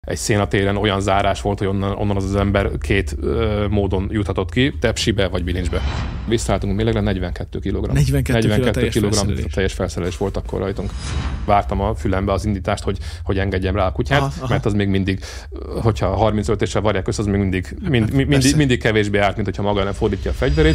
Egy szénatéren olyan zárás volt, hogy onnan az ember két módon juthatott ki, tepsibe vagy bilincsbe. Visszaálltunk mélegre 42 kg. 42 kg teljes felszerelés volt akkor rajtunk. Vártam a fülembe az indítást, hogy engedjem rá a kutyát, mert az még mindig, hogyha 35-essel varják össze, az még mindig kevésbé árt, mint hogyha maga nem fordítja a fegyverét.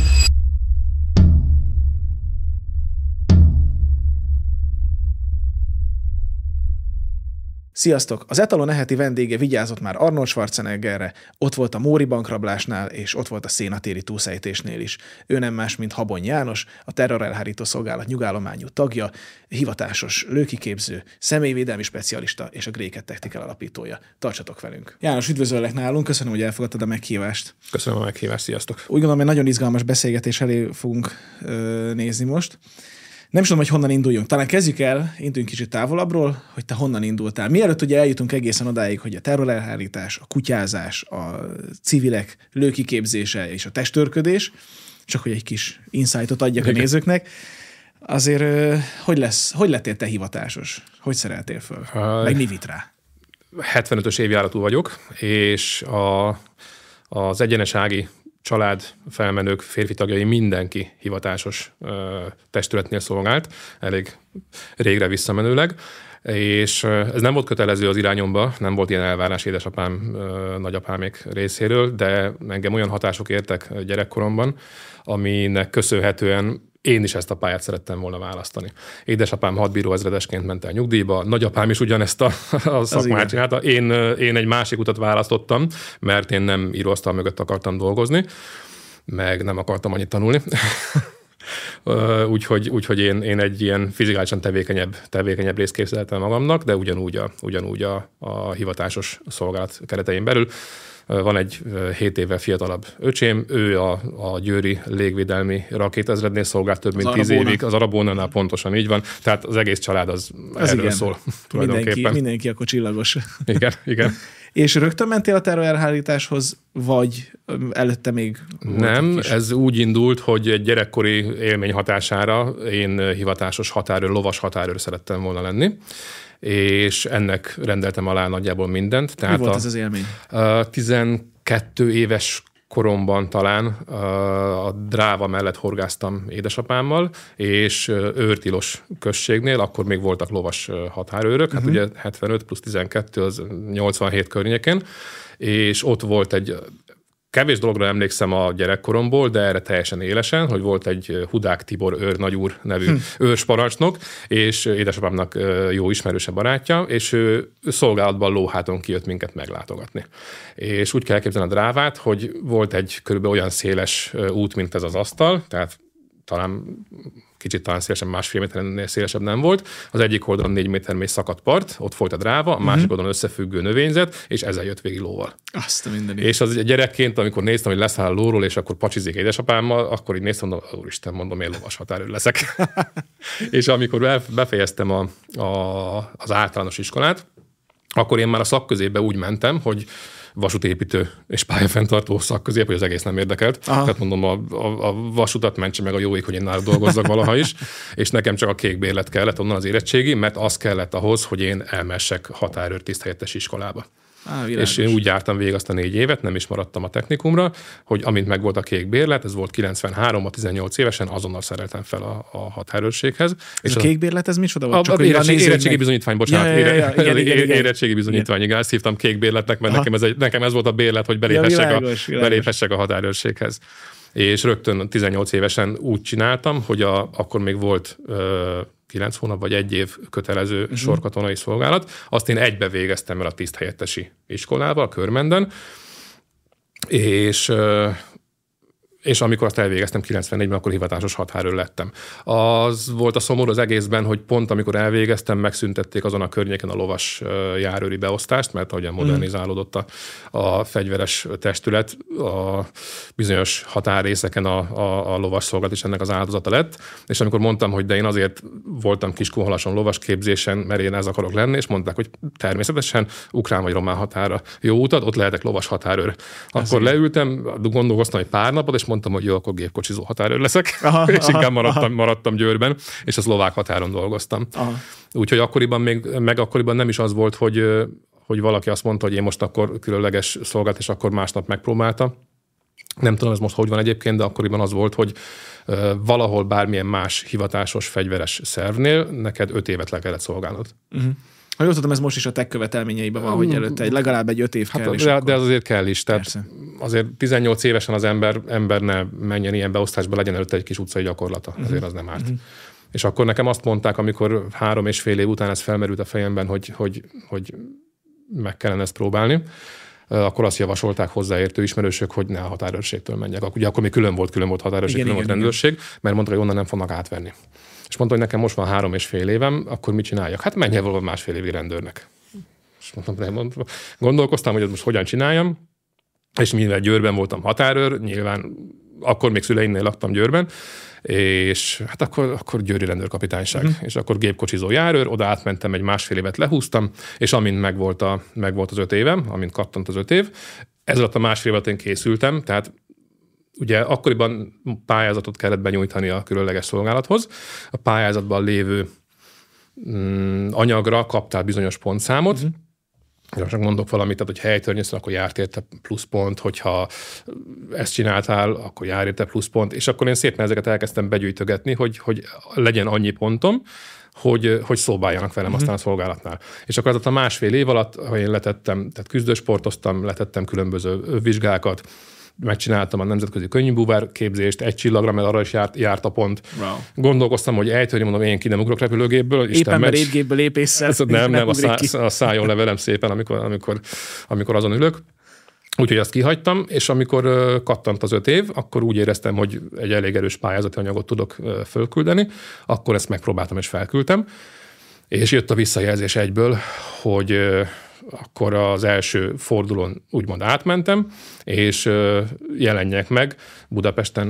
Sziasztok! Az Etalon eheti vendége vigyázott már Arnold Schwarzeneggerre, ott volt a Móri bankrablásnál, és ott volt a szénatéri túlszejtésnél is. Ő nem más, mint Habony János, a terrorelhárító szolgálat nyugállományú tagja, hivatásos lőkiképző, személyvédelmi specialista és a Gréket Technical alapítója. Tartsatok velünk! János, üdvözöllek nálunk, köszönöm, hogy elfogadtad a meghívást. Köszönöm a meghívást, sziasztok! Úgy gondolom, hogy nagyon izgalmas beszélgetés elé fogunk nézni most. Nem is tudom, hogy honnan induljunk. Talán kezdjük el, induljunk kicsit távolabbról, hogy te honnan indultál. Mielőtt ugye eljutunk egészen odáig, hogy a terrorelhárítás, a kutyázás, a civilek lőkiképzése és a testőrködés, csak hogy egy kis insightot adjak a nézőknek, azért hogy lettél te hivatásos? Hogy szereltél föl? Meg mi vitt rá? 75-ös évjáratú vagyok, és az egyenesági család, felmenők, férfi tagjai, mindenki hivatásos testületnél szolgált, elég régre visszamenőleg, és ez nem volt kötelező az irányomba, nem volt ilyen elvárás édesapám, nagyapámék részéről, de engem olyan hatások értek gyerekkoromban, aminek köszönhetően én is ezt a pályát szerettem volna választani. Édesapám hadbíró ezredesként ment el nyugdíjba, nagyapám is ugyanezt a szakmát csinálta. Én egy másik utat választottam, mert én nem íróasztal mögött akartam dolgozni, meg nem akartam annyit tanulni. Úgyhogy én egy ilyen fizikálisan tevékenyebb részt képzeltem magamnak, de ugyanúgy a hivatásos szolgálat keretein belül. Van egy 7 évvel fiatalabb öcsém, ő a győri légvédelmi rakétaezrednél szolgált több mint 10 évig, az Arabónánál pontosan így van, tehát az egész család az erről igen. Szól tulajdonképpen. Mindenki akkor csillagos. Igen. És rögtön mentél a terrorelhárításhoz, vagy előtte még? Nem, ez úgy indult, hogy egy gyerekkori élmény hatására én hivatásos határőr, lovas határőr szerettem volna lenni, és ennek rendeltem alá nagyjából mindent. Tehát mi volt ez az élmény? 12 éves koromban talán a Dráva mellett horgáztam édesapámmal, és Őrtilos községnél, akkor még voltak lovas határőrök, hát ugye 75 plusz 12 az 87 környékén, és ott volt egy kevés dologra emlékszem a gyerekkoromból, de erre teljesen élesen, hogy volt egy Hudák Tibor őrnagyúr nevű őrsparancsnok, és édesapámnak jó ismerőse barátja, és ő szolgálatban lóháton kijött minket meglátogatni. És úgy kell elképzelni a Drávát, hogy volt egy körülbelül olyan széles út, mint ez az asztal, tehát talán szélesebb, másfél méternél szélesebb nem volt. Az egyik oldalon 4 méter mély szakadt part, ott folyt a Dráva, a másik oldalon összefüggő növényzet, és ezzel jött végig lóval. Azt a mindenit. És az gyerekként, amikor néztem, hogy leszáll a lóról, és akkor pacsizik édesapámmal, akkor így néztem, mondom, úristen, mondom, én lovas határőr leszek. És amikor befejeztem az általános iskolát, akkor én már a szakközépbe úgy mentem, hogy vasútépítő és pályafenntartó szakközép, hogy az egész nem érdekelt. Aha. Tehát mondom, a vasutat mentse meg a jó ég, hogy én náluk dolgozzak valaha is, és nekem csak a kék bérlet kellett onnan az érettségi, mert az kellett ahhoz, hogy én elmessek határőr tiszthelyettes iskolába. És én úgy jártam végig azt a 4 évet, nem is maradtam a technikumra, hogy amint megvolt a kék bérlet, ez volt 93, a 18 évesen, azonnal szereltem fel a határőrséghez. És a kék bérlet, ez micsoda volt? Csak érettségi bizonyítvány, bocsánat. Érettségi bizonyítvány, igen, ezt hívtam kék bérletnek, mert nekem ez volt a bérlet, hogy beléphessek a határőrséghez. És rögtön 18 évesen úgy csináltam, hogy akkor még volt 9 hónap vagy 1 év kötelező sorkatonai szolgálat. Azt én egybe végeztem el a tiszthelyettesi iskolába, a Körmenden, és amikor azt elvégeztem 94-ben, akkor hivatásos határőr lettem. Az volt a szomorú az egészben, hogy pont amikor elvégeztem, megszüntették azon a környéken a lovas járőri beosztást, mert ahogyan modernizálódott a fegyveres testület, a bizonyos határrészeken a lovas szolgálat is ennek az áldozata lett. És amikor mondtam, hogy de én azért voltam Kiskunhalason lovas képzésen, mert én ez akarok lenni, és mondták, hogy természetesen ukrán vagy román határa jó utat, ott lehetek lovas határőr. Akkor leültem, gondolkoztam egy pár napot, és mondtam, hogy jó, akkor gépkocsizó határőr leszek, és inkább maradtam Győrben, és a szlovák határon dolgoztam. Úgyhogy akkoriban nem is az volt, hogy valaki azt mondta, hogy én most akkor különleges szolgált, és akkor másnap megpróbálta. Nem tudom, ez most hogy van egyébként, de akkoriban az volt, hogy valahol bármilyen más hivatásos fegyveres szervnél neked 5 évet le kellett szolgálnod. Ha jól tudom, ez most is a tech követelményeiben van, hogy előtte legalább egy 5 év kell. De az azért kell is. Tehát azért 18 évesen az ember ne menjen ilyen beosztásba, legyen előtte egy kis utcai gyakorlata. Azért az nem árt. És akkor nekem azt mondták, amikor 3,5 év után ez felmerült a fejemben, hogy meg kellene ezt próbálni, akkor azt javasolták hozzáértő ismerősök, hogy ne a határőrségtől menjek. Ugye akkor még külön volt határőrség, külön volt rendőrség, mert mondta, hogy onnan nem fognak átvenni. És mondta, hogy nekem most van 3,5 évem, akkor mit csináljak? Hát menjél valahol 1,5 évig rendőrnek. És gondolkoztam, hogy most hogyan csináljam, és mivel Győrben voltam határőr, nyilván akkor még szüleimnél laktam Győrben, és hát akkor győri rendőrkapitányság. És akkor gépkocsizó járőr, oda átmentem, egy 1,5 évet lehúztam, és amint megvolt az 5 évem, amint kattant az 5 év, ez alatt a 1,5 évet én készültem, tehát ugye akkoriban pályázatot kellett benyújtani a különleges szolgálathoz. A pályázatban lévő anyagra kaptál bizonyos pontszámot, csak mondok valamit, tehát hogy helytörnyészen, akkor járt érte pluszpont, hogyha ezt csináltál, akkor jár érte pluszpont, és akkor én szépen ezeket elkezdtem begyűjtögetni, hogy legyen annyi pontom, hogy szolgáljanak velem aztán a szolgálatnál. És akkor az a 1,5 év alatt, ha én letettem, tehát küzdősportoztam, letettem különböző vizsgákat, megcsináltam a nemzetközi könnyűbúvár képzést, 1 csillagra, mert arra is járt a pont. Wow. Gondolkoztam, hogy ejtőri, mondom, én ki nem ugrok repülőgépből. Éppen mert étgépből lépésszel. Nem, a szájon levelem szépen, amikor azon ülök. Úgyhogy azt kihagytam, és amikor kattant az 5 év, akkor úgy éreztem, hogy egy elég erős pályázati anyagot tudok fölküldeni, akkor ezt megpróbáltam és felküldtem. És jött a visszajelzés egyből, hogy akkor az első fordulón úgymond átmentem, és jelenjek meg Budapesten,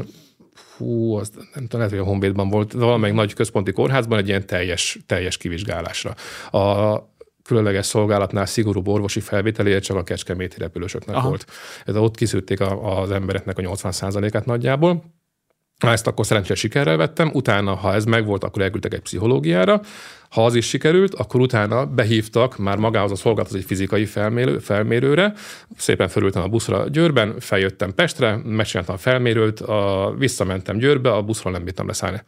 az nem tudom, lehet, hogy a Honvédban volt, valamelyik nagy központi kórházban egy ilyen teljes kivizsgálásra. A különleges szolgálatnál szigorúbb orvosi felvételére csak a kecskeméti repülősöknek volt. Ez ott kiszűrték az embereknek a 80%-át nagyjából. Ezt akkor szerencsére sikerrel vettem, utána, ha ez megvolt, akkor elküldtek egy pszichológiára, ha az is sikerült, akkor utána behívtak már magához a szolgálathoz egy fizikai felmérőre, szépen felültem a buszra Győrben, feljöttem Pestre, megcsináltam a felmérőt, visszamentem Győrbe, a buszról nem bírtam leszállni.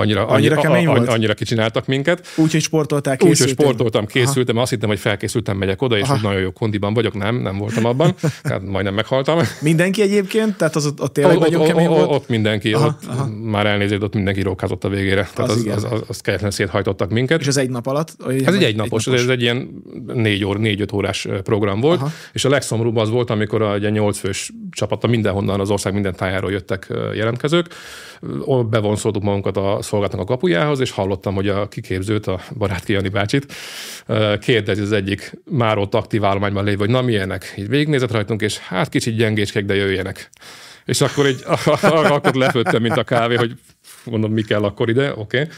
Annyira kicsináltak minket. Úgyhogy sportoltál, készültem. Úgyhogy sportoltam, készültem, azt hittem, hogy felkészültem, megyek oda, és hogy nagyon jó kondiban vagyok, nem voltam abban, tehát majdnem meghaltam. Mindenki egyébként? Tehát az ott tényleg nagyon kemény volt? Ott mindenki, már elnézést, ott mindenki rókázott a végére. Tehát az kegyetlen széthajtottak minket. És ez egy nap alatt? Ez egy egynapos, ez egy ilyen 4-5 órás program volt, és a legszomorúbb az volt, amikor egy 8 fős csapata mindenhonnan, az ország minden tájáról jöttek jelentkezők, bevonszoltuk magunkat a szolgálatnak a kapujához, és hallottam, hogy a kiképzőt, a Barátki Jani bácsit kérdezi az egyik már ott aktív állományban lévő, hogy na milyenek. Így végignézett rajtunk, és hát kicsit gyengéskek, de jöjjenek. És akkor akkor lefőttem, mint a kávé, hogy mondom, mi kell akkor ide, oké.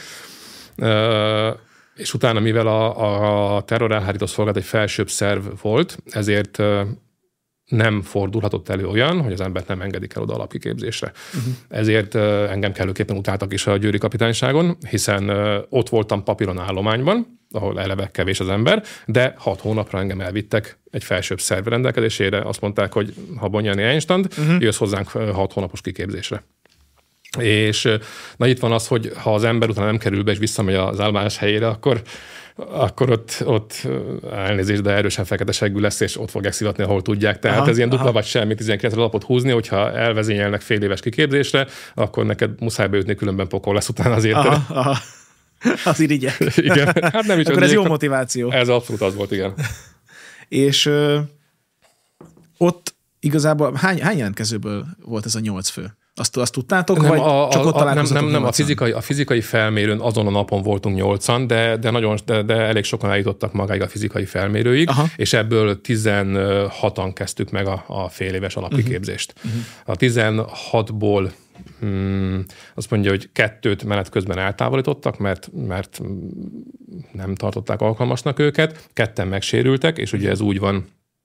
És utána, mivel a terrorelhárító szolgálat egy felsőbb szerv volt, ezért nem fordulhatott elő olyan, hogy az embert nem engedik el oda alapkiképzésre. Ezért engem kellőképpen utáltak is a győri kapitányságon, hiszen ott voltam papíron állományban, ahol eleve kevés az ember, de 6 hónapra engem elvittek egy felsőbb szerv rendelkezésére. Azt mondták, hogy Habony Jani Einstein, jössz hozzánk 6 hónapos kiképzésre. És na itt van az, hogy ha az ember utána nem kerül be és visszamegy az állomás helyére, akkor ott elnézést, de erősen fekete seggű lesz, és ott fogják szivatni, ahol tudják. Tehát ez ilyen dupla vagy semmi 19 lapot húzni, hogyha elvezényelnek fél éves kiképzésre, akkor neked muszáj beütni, különben pokol lesz utána azért. Az irigyek. Igen. Hát nem is akkor ez jó motiváció. Ez abszolút az volt, igen. És ott igazából hány jelentkezőből volt ez a 8 fő? Azt tudtátok, nem, vagy csak ott találkozatok? Nem, a fizikai felmérőn azon a napon voltunk 8-an, de elég sokan eljutottak magáig a fizikai felmérőig, és ebből 16-an kezdtük meg a fél éves alapkiképzést. A 16-ból azt mondja, hogy 2-t menet közben eltávolítottak, mert nem tartották alkalmasnak őket, 2 megsérültek, és ugye ez úgy van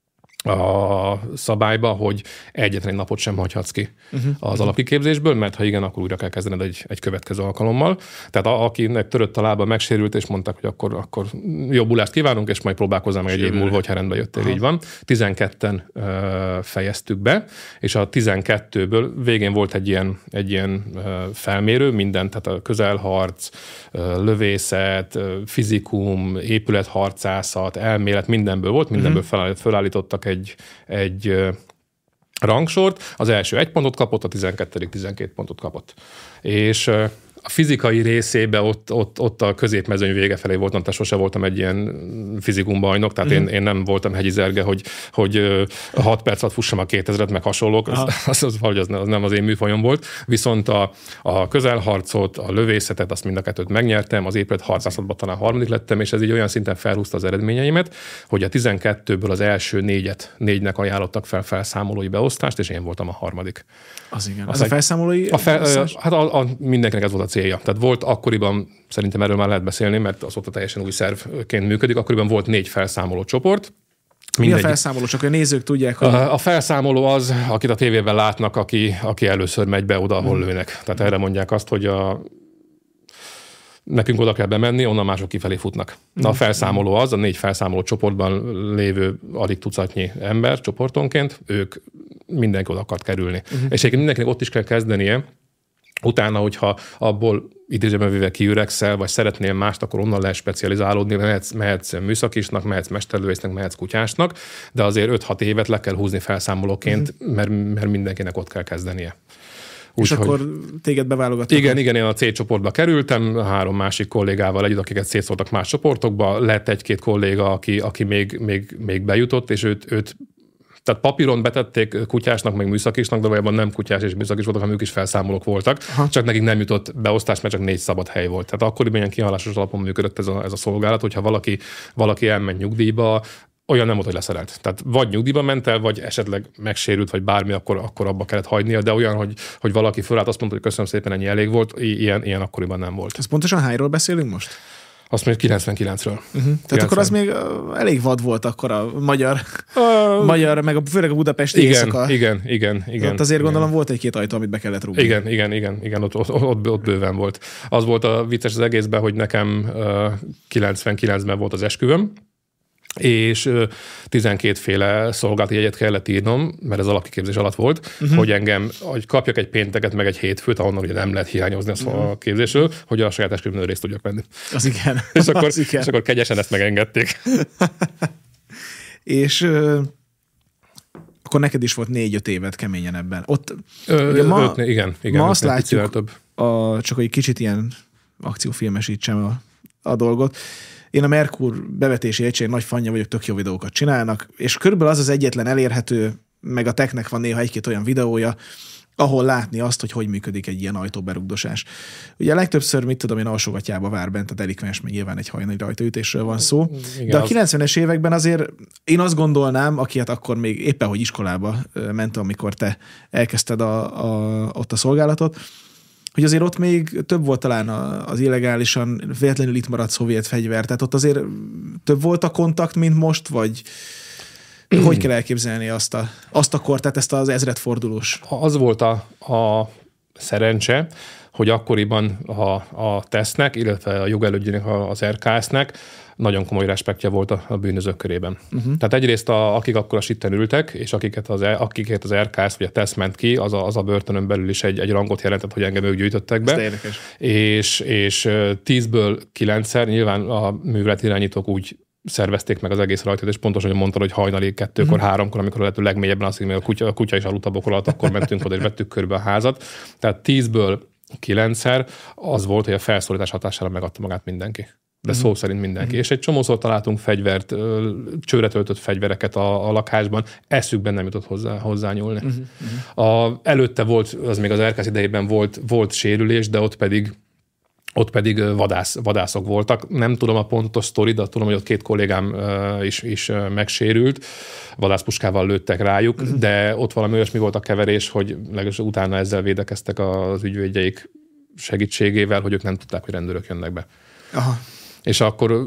a szabályba, hogy egyetlen napot sem hagyhatsz ki az alapkiképzésből, mert ha igen, akkor újra kell kezdened egy következő alkalommal. Tehát akinek törött a lába, megsérült, és mondták, hogy akkor jobbulást kívánunk, és majd próbálkozzál meg egy év múlva, hogyha rendbe jöttél, így van. 12-en fejeztük be, és a 12-ből végén volt egy ilyen felmérő, minden, tehát a közelharc, lövészet, fizikum, épületharcászat, elmélet, mindenből volt, mindenből felállítottak egy rangsort, az első 1 pontot kapott, a 12. 12 pontot kapott. És a fizikai részébe ott a középmezőny vége felé voltam, tehát sose voltam egy ilyen fizikum bajnok, tehát én nem voltam hegyi zerge, hogy 6 perc alatt fussam a 2000-et, meg hasonlók, az nem az én műfajom volt. Viszont a közelharcot, a lövészetet, azt mind a kettőt megnyertem, az épületharcászatban talán 3. lettem, és ez így olyan szinten felhúzta az eredményeimet, hogy a 12-ből az első 4-nek ajánlottak fel felszámolói beosztást, és én voltam a 3. Az igen. Az a felszámolói? Mindenkinek ez volt a célja. Tehát volt akkoriban, szerintem erről már lehet beszélni, mert azóta teljesen új szervként működik, akkoriban volt 4 felszámoló csoport. Mi a felszámoló? Csak a nézők tudják, hogy... A felszámoló az, akit a tévében látnak, aki először megy be oda, ahol lőnek. Tehát erre mondják azt, hogy nekünk oda kell bemenni, onnan mások kifelé futnak. A felszámoló az, a 4 felszámoló csoportban lévő alig tucatnyi ember csoportonként, ők mindenki oda akart kerülni. És egyébként mindenkinek ott is kell kezdenie, utána, hogyha abból idézőben véve kiüregszel, vagy szeretnél mást, akkor onnan lehet specializálódni, mehetsz műszakisnak, mehetsz mesterlövésznek, mehetsz kutyásnak, de azért 5-6 évet le kell húzni felszámolóként, mert mindenkinek ott kell kezdenie. És akkor téged beválogattak? Igen, én a C csoportba kerültem, 3 másik kollégával együtt, akiket szétszórtak más csoportokba, lett 1-2 kolléga, aki még bejutott, és őt tehát papíron betették kutyásnak, meg műszakisnak, de valójában nem kutyás és műszakis voltak, hanem ők is felszámolók voltak. Csak nekik nem jutott beosztás, mert csak 4 szabad hely volt. Tehát akkoriban ilyen kihalásos alapon működött ez a szolgálat, hogyha valaki elment nyugdíjba, olyan nem volt, hogy leszerelt. Tehát vagy nyugdíjba ment el, vagy esetleg megsérült, vagy bármi, akkor abba kellett hagynia, de olyan, hogy valaki fölállt, azt mondta, hogy köszönöm szépen, ennyi elég volt, ilyen akkoriban nem volt. Ez pontosan hányról beszélünk most? Azt mondjuk 99-ről. Tehát akkor az még elég vad volt akkor a magyar, meg főleg a budapesti éjszaka. Igen. Ott azért gondolom volt 1-2 ajtó, amit be kellett rúgni. Igen, ott bőven volt. Az volt a vicces az egészben, hogy nekem 99-ben volt az esküvőm, és 12 féle szolgálati jegyet kellett írnom, mert ez alapkiképzés alatt volt, hogy kapjak egy pénteket, meg egy hétfőt, ahonnan ugye nem lehet hiányozni a képzésről, hogy a saját esküvőmön részt tudjak venni. Az igen. És akkor kegyesen ezt megengedték. És akkor neked is volt 4-5 évet keményen ebben. Ott, igen. Ma azt látjuk, csak hogy kicsit ilyen akciófilmesítsem a dolgot. Én a Merkur bevetési egység nagy fanja vagyok, tök jó videókat csinálnak, és körülbelül az egyetlen elérhető, meg a technek van néha 1-2 olyan videója, ahol látni azt, hogy működik egy ilyen ajtóberugdosás. Ugye legtöbbször, mit tudom én, alsógatjába vár bent a delikvens, meg nyilván egy hajnali rajtaütésről van szó. Igen, de a 90-es években azért én azt gondolnám, aki hát akkor még éppen, hogy iskolába ment, amikor te elkezdted ott a szolgálatot, hogy azért ott még több volt talán az illegálisan, véletlenül itt maradt szovjet fegyver, tehát ott azért több volt a kontakt, mint most, vagy hogy kell elképzelni azt a kort, tehát ezt az ezredfordulós? Az volt a szerencse, hogy akkoriban a TESZ-nek, illetve a jogelődjének, az RKS-nek nagyon komoly respektje volt a bűnözők körében. Tehát egyrészt akik akkor a sitten ültek, és akiket az RKS vagy a TESZ ment ki, az a börtönön belül is egy rangot jelentett, hogy engem ők gyűjtöttek be. És 10-ből 9-szer nyilván a művelet irányítók úgy szervezték meg az egész rajtot, és pontosan, hogy mondtad, hogy hajnali 2-kor, 3-kor, amikor a lehető legmélyebben azt, hogy a kutya is aludt a bokor alatt, akkor mentünk oda, és vettük körbe a házat. Tehát 10-ből 9-szer az volt, hogy a felszólítás hatására megadta magát mindenki. De szó szerint mindenki. És egy csomószor találtunk fegyvert, csőre töltött fegyvereket a lakásban, eszükben nem jutott hozzányúlni. Előtte volt, az még az RKS idejében volt sérülés, de ott pedig vadászok voltak. Nem tudom a pontos sztorit, de tudom, hogy ott 2 kollégám is megsérült, vadászpuskával lőttek rájuk, de ott valami olyasmi volt a keverés, hogy legalábbis utána ezzel védekeztek az ügyvédjeik segítségével, hogy ők nem tudták, hogy rendőrök jönnek be. Aha. És akkor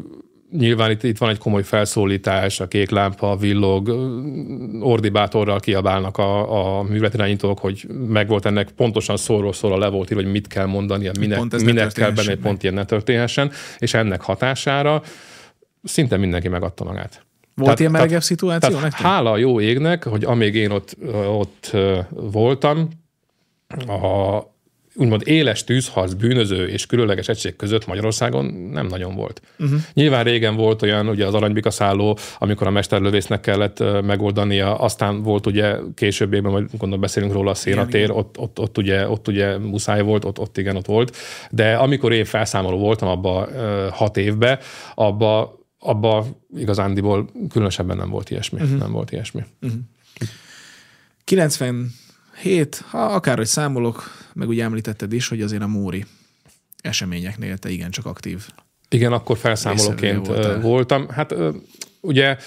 nyilván itt van egy komoly felszólítás, a kék lámpa villog, ordibátorral kiabálnak a műveletirányítók, hogy megvolt ennek pontosan szóról szóra le volt írva, hogy mit kell mondani, minek kell benne, hogy pont ilyen ne történhessen, és ennek hatására szinte mindenki megadta magát. Volt ilyen melegebb szituáció? Tehát hála a jó égnek, hogy amíg én ott voltam, úgymond éles tűzharc, bűnöző és különleges egység között Magyarországon nem nagyon volt. Nyilván régen volt olyan, ugye az Aranybika szálló, amikor a mesterlövésznek kellett megoldania, aztán volt ugye későbbében, majd gondolom beszélünk róla, a Szénatér, ott ugye muszáj volt, ott volt. De amikor én felszámoló voltam abba 6 évben, abba igazándiból különösebben nem volt ilyesmi. Nem volt ilyesmi. 97, akárhogy számolok, meg úgy említetted is, hogy azért a móri eseményeknél te igencsak aktív. Igen, akkor felszámolóként voltam. Hát ugye,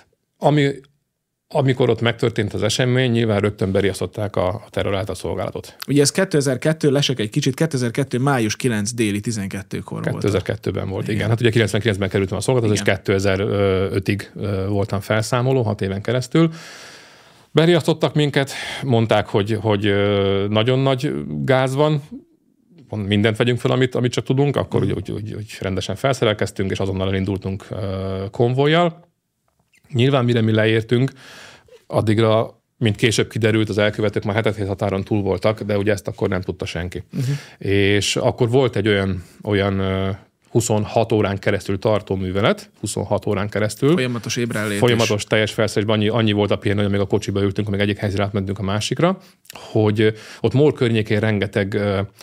amikor ott megtörtént az esemény, nyilván rögtön beriasztották a terroráltal szolgálatot. Ugye ez 2002, lesek egy kicsit, 2002. május 9 déli 12-kor volt. 2002-ben volt, igen. Hát ugye 99-ben kerültem a szolgálatot, és 2005-ig voltam felszámoló, 6 éven keresztül. Beriasztottak minket, mondták, hogy nagyon nagy gáz van, mindent vegyünk fel, amit csak tudunk, akkor úgy rendesen felszerelkeztünk, és azonnal elindultunk konvojjal. Nyilván mire mi leértünk, addigra, mint később kiderült, az elkövetők már 7 határon túl voltak, de ugye ezt akkor nem tudta senki. És akkor volt egy olyan 26 órán keresztül tartó művelet, 26 órán keresztül. Folyamatos ébrellét. Folyamatos teljes felszerelésben, annyi volt a pihenő, hogy még a kocsiba ültünk, még egyik helyszínre átmentünk a másikra, hogy ott Mór környékén rengeteg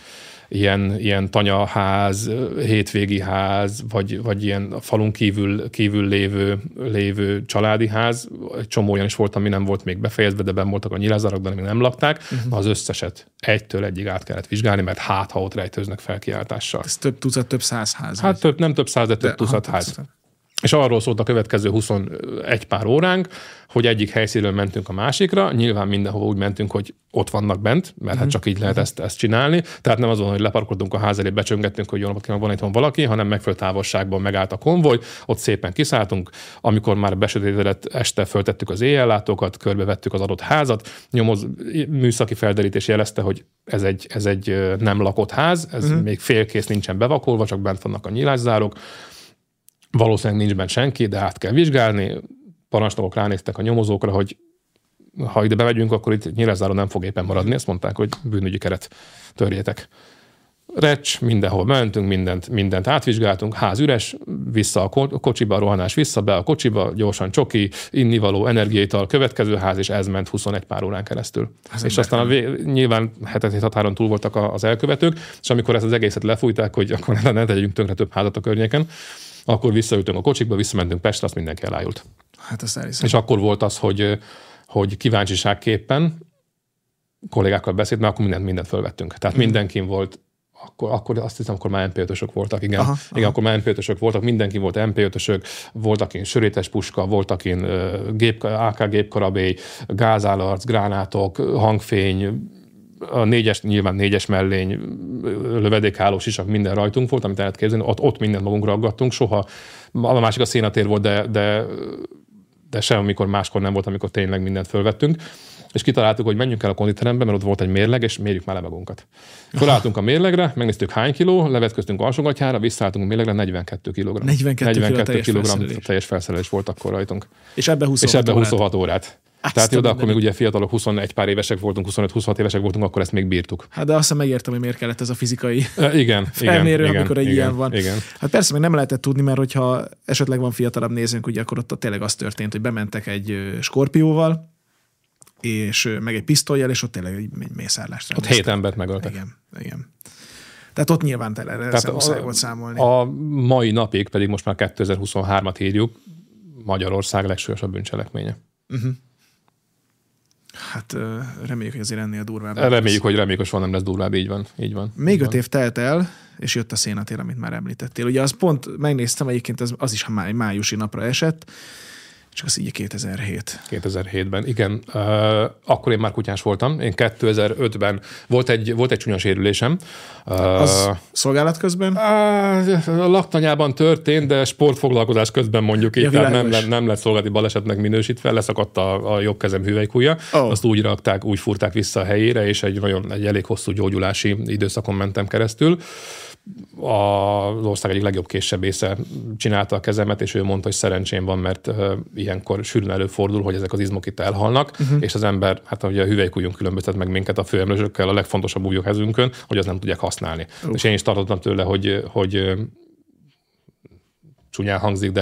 ilyen tanyaház, hétvégi ház, vagy ilyen falun kívül lévő családi ház. Egy csomó olyan is volt, ami nem volt még befejezve, de benn voltak a nyilázárak, de még nem lakták. Az összeset egytől egyig át kellett vizsgálni, mert ha ott rejtőznek felkiáltással. Ez több tucat, több száz ház. Hát nem több száz, de több tucat ház. És arról szólt a következő 21 pár óránk, hogy egyik helyszínről mentünk a másikra, nyilván mindenhova úgy mentünk, hogy ott vannak bent, mert hát csak így lehet ezt csinálni. Tehát nem azon, hogy leparkoltunk a ház elé, becsöngettünk, hogy jó napot kívánok, van itthon valaki, hanem megfelelő távolságban megállt a konvoj, ott szépen kiszálltunk, amikor már besötétedett este föltettük az éjjellátókat, körbevettük az adott házat, műszaki felderítés jelezte, hogy ez egy nem lakott ház, ez még félkész, nincsen bevakolva, csak bent vannak a nyilászárok. Valószínűleg nincs bent senki, de át kell vizsgálni. Parancsnokok ránéztek a nyomozókra, hogy ha ide bemegyünk, akkor itt nyilászáron nem fog éppen maradni. Ezt mondták, hogy bűnügyi keret, törjétek. Recs, mindenhol mentünk, mindent átvizsgáltunk, ház üres, vissza a kocsiba, a rohanás vissza, be a kocsiba, gyorsan csoki, innivaló, energiaital, következő ház, és ez ment 21 pár órán keresztül. És aztán nyilván 7 határon túl voltak az elkövetők, és amikor ezt az egészet lefújták, hogy akkor ne tegyünk tönkre több házat a környéken, akkor visszaültünk a kocsikba, visszamentünk Pestre, azt mindenki elájult. Hát azt elhiszem. És akkor volt az, hogy kíváncsiságképpen kollégákkal beszélt, mert akkor mindent fölvettünk. Tehát mindenkin volt, akkor azt hiszem, akkor már MP5-ösök voltak, igen. Igen, akkor már MP5-ösök voltak, mindenki volt MP5-ösök, volt akin sörétes puska, volt akin AK gépkarabély, gázálarc, gránátok, hangfény, nyilván 4-es mellény, lövedékálló sisak, minden rajtunk volt, amit el lehet képzelni, ott mindent magunkra aggattunk, soha, a másik a Szénatér volt, de sem, amikor máskor nem volt, amikor tényleg mindent fölvettünk, és kitaláltuk, hogy menjünk el a konditerembe, mert ott volt egy mérleg, és mérjük már le magunkat. Fölálltunk a mérlegre, megnéztük hány kiló, levetköztünk alsógatyára, visszaálltunk a mérlegre, 42 kg. 42 kg teljes felszerelés volt akkor rajtunk. És ebbe 26 órát. Tehát jó, de akkor még ugye fiatalok, 21 pár évesek voltunk, 25-26 évesek voltunk, akkor ezt még bírtuk. Hát de azt hiszem megértem, hogy miért kellett ez a fizikai felmérő, amikor egy ilyen van. Igen. Hát persze még nem lehetett tudni, mert hogyha esetleg van fiatalabb nézőnk, ugye akkor ott tényleg az történt, hogy bementek egy skorpióval, és meg egy pisztollyal, és ott tényleg egy mészárlást. Ott 7 embert megöltek. Igen. Tehát ott nyilván erre muszáj volt számolni. A mai napig, pedig most már 2023-at írjuk, Magyarország legsúlyosabb bűncselekménye. Hát reméljük, hogy azért ennél durvább. Reméljük, hogy soha nem lesz durvább, így van. Még 5 év telt el, és jött a Szénatér, amit már említettél. Ugye az pont megnéztem, egyébként az is májusi napra esett, Csak az így 2007. 2007-ben, igen. Akkor én már kutyás voltam. Én 2005-ben volt egy csúnya sérülésem. Az szolgálat közben? A laktanyában történt, de sportfoglalkozás közben mondjuk így, tehát nem lett szolgálati balesetnek minősítve, leszakadt a jobb kezem hüvelykujja. Azt úgy rakták, úgy fúrták vissza a helyére, és egy elég hosszú gyógyulási időszakon mentem keresztül. Az ország egyik legjobb késsebésze csinálta a kezemet, és ő mondta, hogy szerencsém van, mert ilyenkor sűrűn előfordul, hogy ezek az izmok itt elhalnak, és az ember, hát ugye a hüvelykujjunk különböztet meg minket a főemlősökkel, a legfontosabb ujjkezünkön, hogy azt nem tudják használni. És én is tartottam tőle, hogy csúnyán hangzik,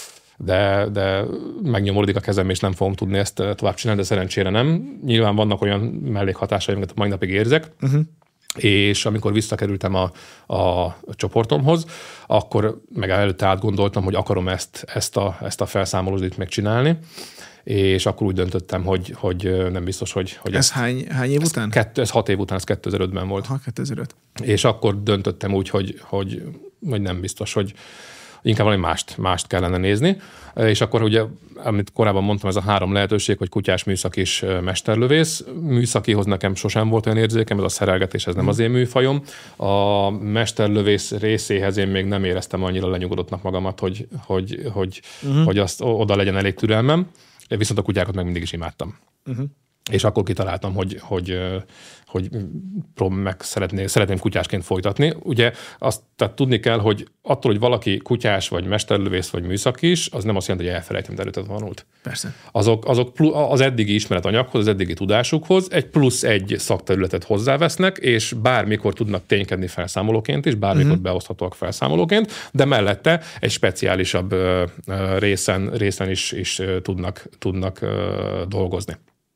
de megnyomorodik a kezem, és nem fogom tudni ezt tovább csinálni, de szerencsére nem. Nyilván vannak olyan mellékhatásai, amiket a mai napig érzek, és amikor visszakerültem a csoportomhoz, akkor meg előtte átgondoltam, hogy akarom ezt a felszámolót itt megcsinálni, és akkor úgy döntöttem, hogy nem biztos, hogy ez hány év után? Ez 6 év után, ez 2005-ben volt. 2005. És akkor döntöttem úgy, hogy nem biztos, hogy inkább valami mást kellene nézni. És akkor ugye, amit korábban mondtam, ez a 3 lehetőség, hogy kutyás, műszaki és mesterlövész. Műszakihoz nekem sosem volt olyan érzékem, ez a szerelgetés, ez nem az én műfajom. A mesterlövész részéhez én még nem éreztem annyira lenyugodottnak magamat, hogy azt oda legyen elég türelmem. Viszont a kutyákat meg mindig is imádtam. És akkor kitaláltam, hogy szeretném kutyásként folytatni. Ugye azt tehát tudni kell, hogy attól, hogy valaki kutyás, vagy mesterlövész, vagy műszaki is, az nem azt jelenti, hogy elfelejtem, amit előtted tanult. Persze. Azok az eddigi ismeretanyaghoz, az eddigi tudásukhoz egy szakterületet hozzávesznek, és bármikor tudnak ténykedni felszámolóként is, bármikor beoszthatóak felszámolóként, de mellette egy speciálisabb részen is tudnak dolgozni.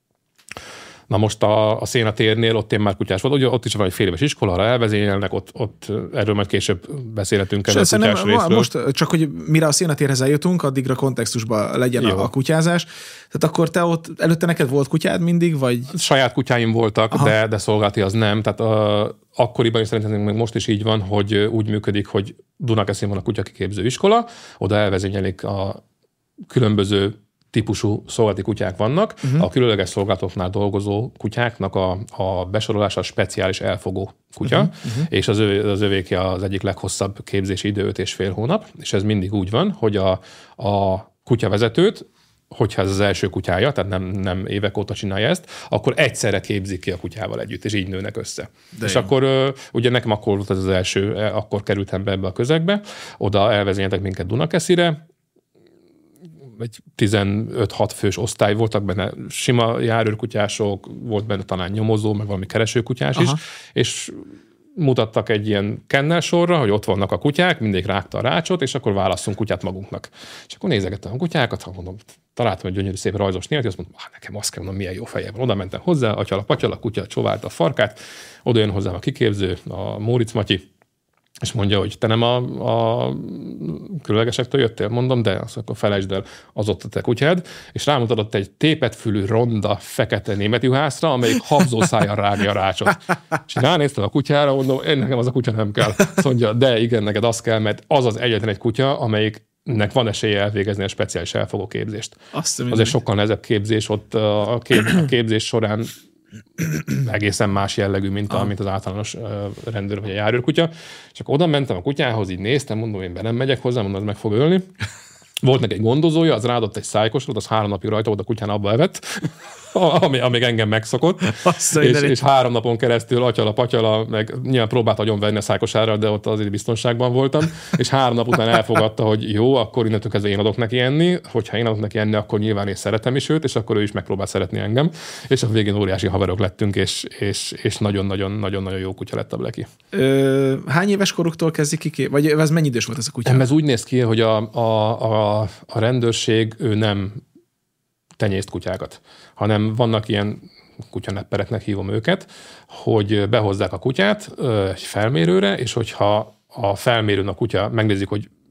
Na most a Szénatérnél ott én már kutyás volt, ugye ott is van egy fél éves iskola, arra elvezényelnek, ott erről majd később beszélhetünk el a kutyás részről. Most csak, hogy mire a Szénatérhez eljutunk, addigra kontextusban legyen a kutyázás. Tehát akkor te ott, előtte neked volt kutyád mindig, vagy? Saját kutyáim voltak, de szolgálati az nem. Tehát akkoriban is szerintem még most is így van, hogy úgy működik, hogy Dunakeszin van a kutyakiképző iskola, oda elvezényelik a különböző típusú szolgálati kutyák vannak. A különleges szolgálatoknál dolgozó kutyáknak a besorolása a speciális elfogó kutya, és az övéké az egyik leghosszabb képzési idő 5,5 hónap, és ez mindig úgy van, hogy a kutyavezetőt, hogyha ez az első kutyája, tehát nem évek óta csinálja ezt, akkor egyszerre képzik ki a kutyával együtt, és így nőnek össze. És akkor ugye nekem akkor volt az első, akkor kerültem be ebbe a közegbe, oda elvezényeltek minket Dunakeszire, egy 15-6 fős osztály voltak benne, sima járőrkutyások, volt benne talán nyomozó, meg valami keresőkutyás is, és mutattak egy ilyen kennel sorra, hogy ott vannak a kutyák, mindig rágta a rácsot, és akkor válasszunk kutyát magunknak. És akkor nézegettem a kutyákat, mondom, találtam egy gyönyörű szép rajzos nélt, és azt mondom, nekem azt kell mondom, milyen jó feje van. Oda mentem hozzá, atyala-patyala, a kutya csóválta a farkát, oda jön hozzám a kiképző, a Móricz Matyi, és mondja, hogy te nem a különlegesektől jöttél, mondom, de azt akkor felejtsd el, az ott a te kutyád, és rámutatott egy tépett fülű, ronda, fekete német juhászra, amelyik habzószájjal rágja a rácsot. És ránéztem a kutyára, mondom, nekem az a kutya nem kell. Azt mondja, de igen, neked az kell, mert az egyetlen egy kutya, amelyiknek van esélye elvégezni a speciális elfogó képzést. Az egy sokkal nehezebb képzés, ott a képzés során egészen más jellegű, mint az általános rendőr vagy a járőrkutya. Csak oda mentem a kutyához, így néztem, mondom, én be nem megyek hozzá, mondom, az meg fog ölni. Volt neki egy gondozója, az ráadott egy szájkosrat, az 3 napig rajta volt, a kutyán abba evett, amíg engem megszokott. És 3 napon keresztül atyala-patyala, meg nyilván próbált agyonverni a szájkosára, de ott azért biztonságban voltam, és 3 nap után elfogadta, hogy jó, akkor innentől kezdve én adok neki enni, hogyha én adok neki enni, akkor nyilván én szeretem is őt, és akkor ő is megpróbál szeretni engem, és a végén óriási haverok lettünk, és nagyon-nagyon jó kutya lett a Blackie. Hány éves koruktól kezdik ki? Vagy ez mennyi idős volt ez a kutya? Ez úgy néz ki, hogy a rendőrség ő nem tenyészt kutyákat, hanem vannak ilyen kutyaneppereknek hívom őket, hogy behozzák a kutyát egy felmérőre, és hogyha a felmérőn a kutya megnézik, hogy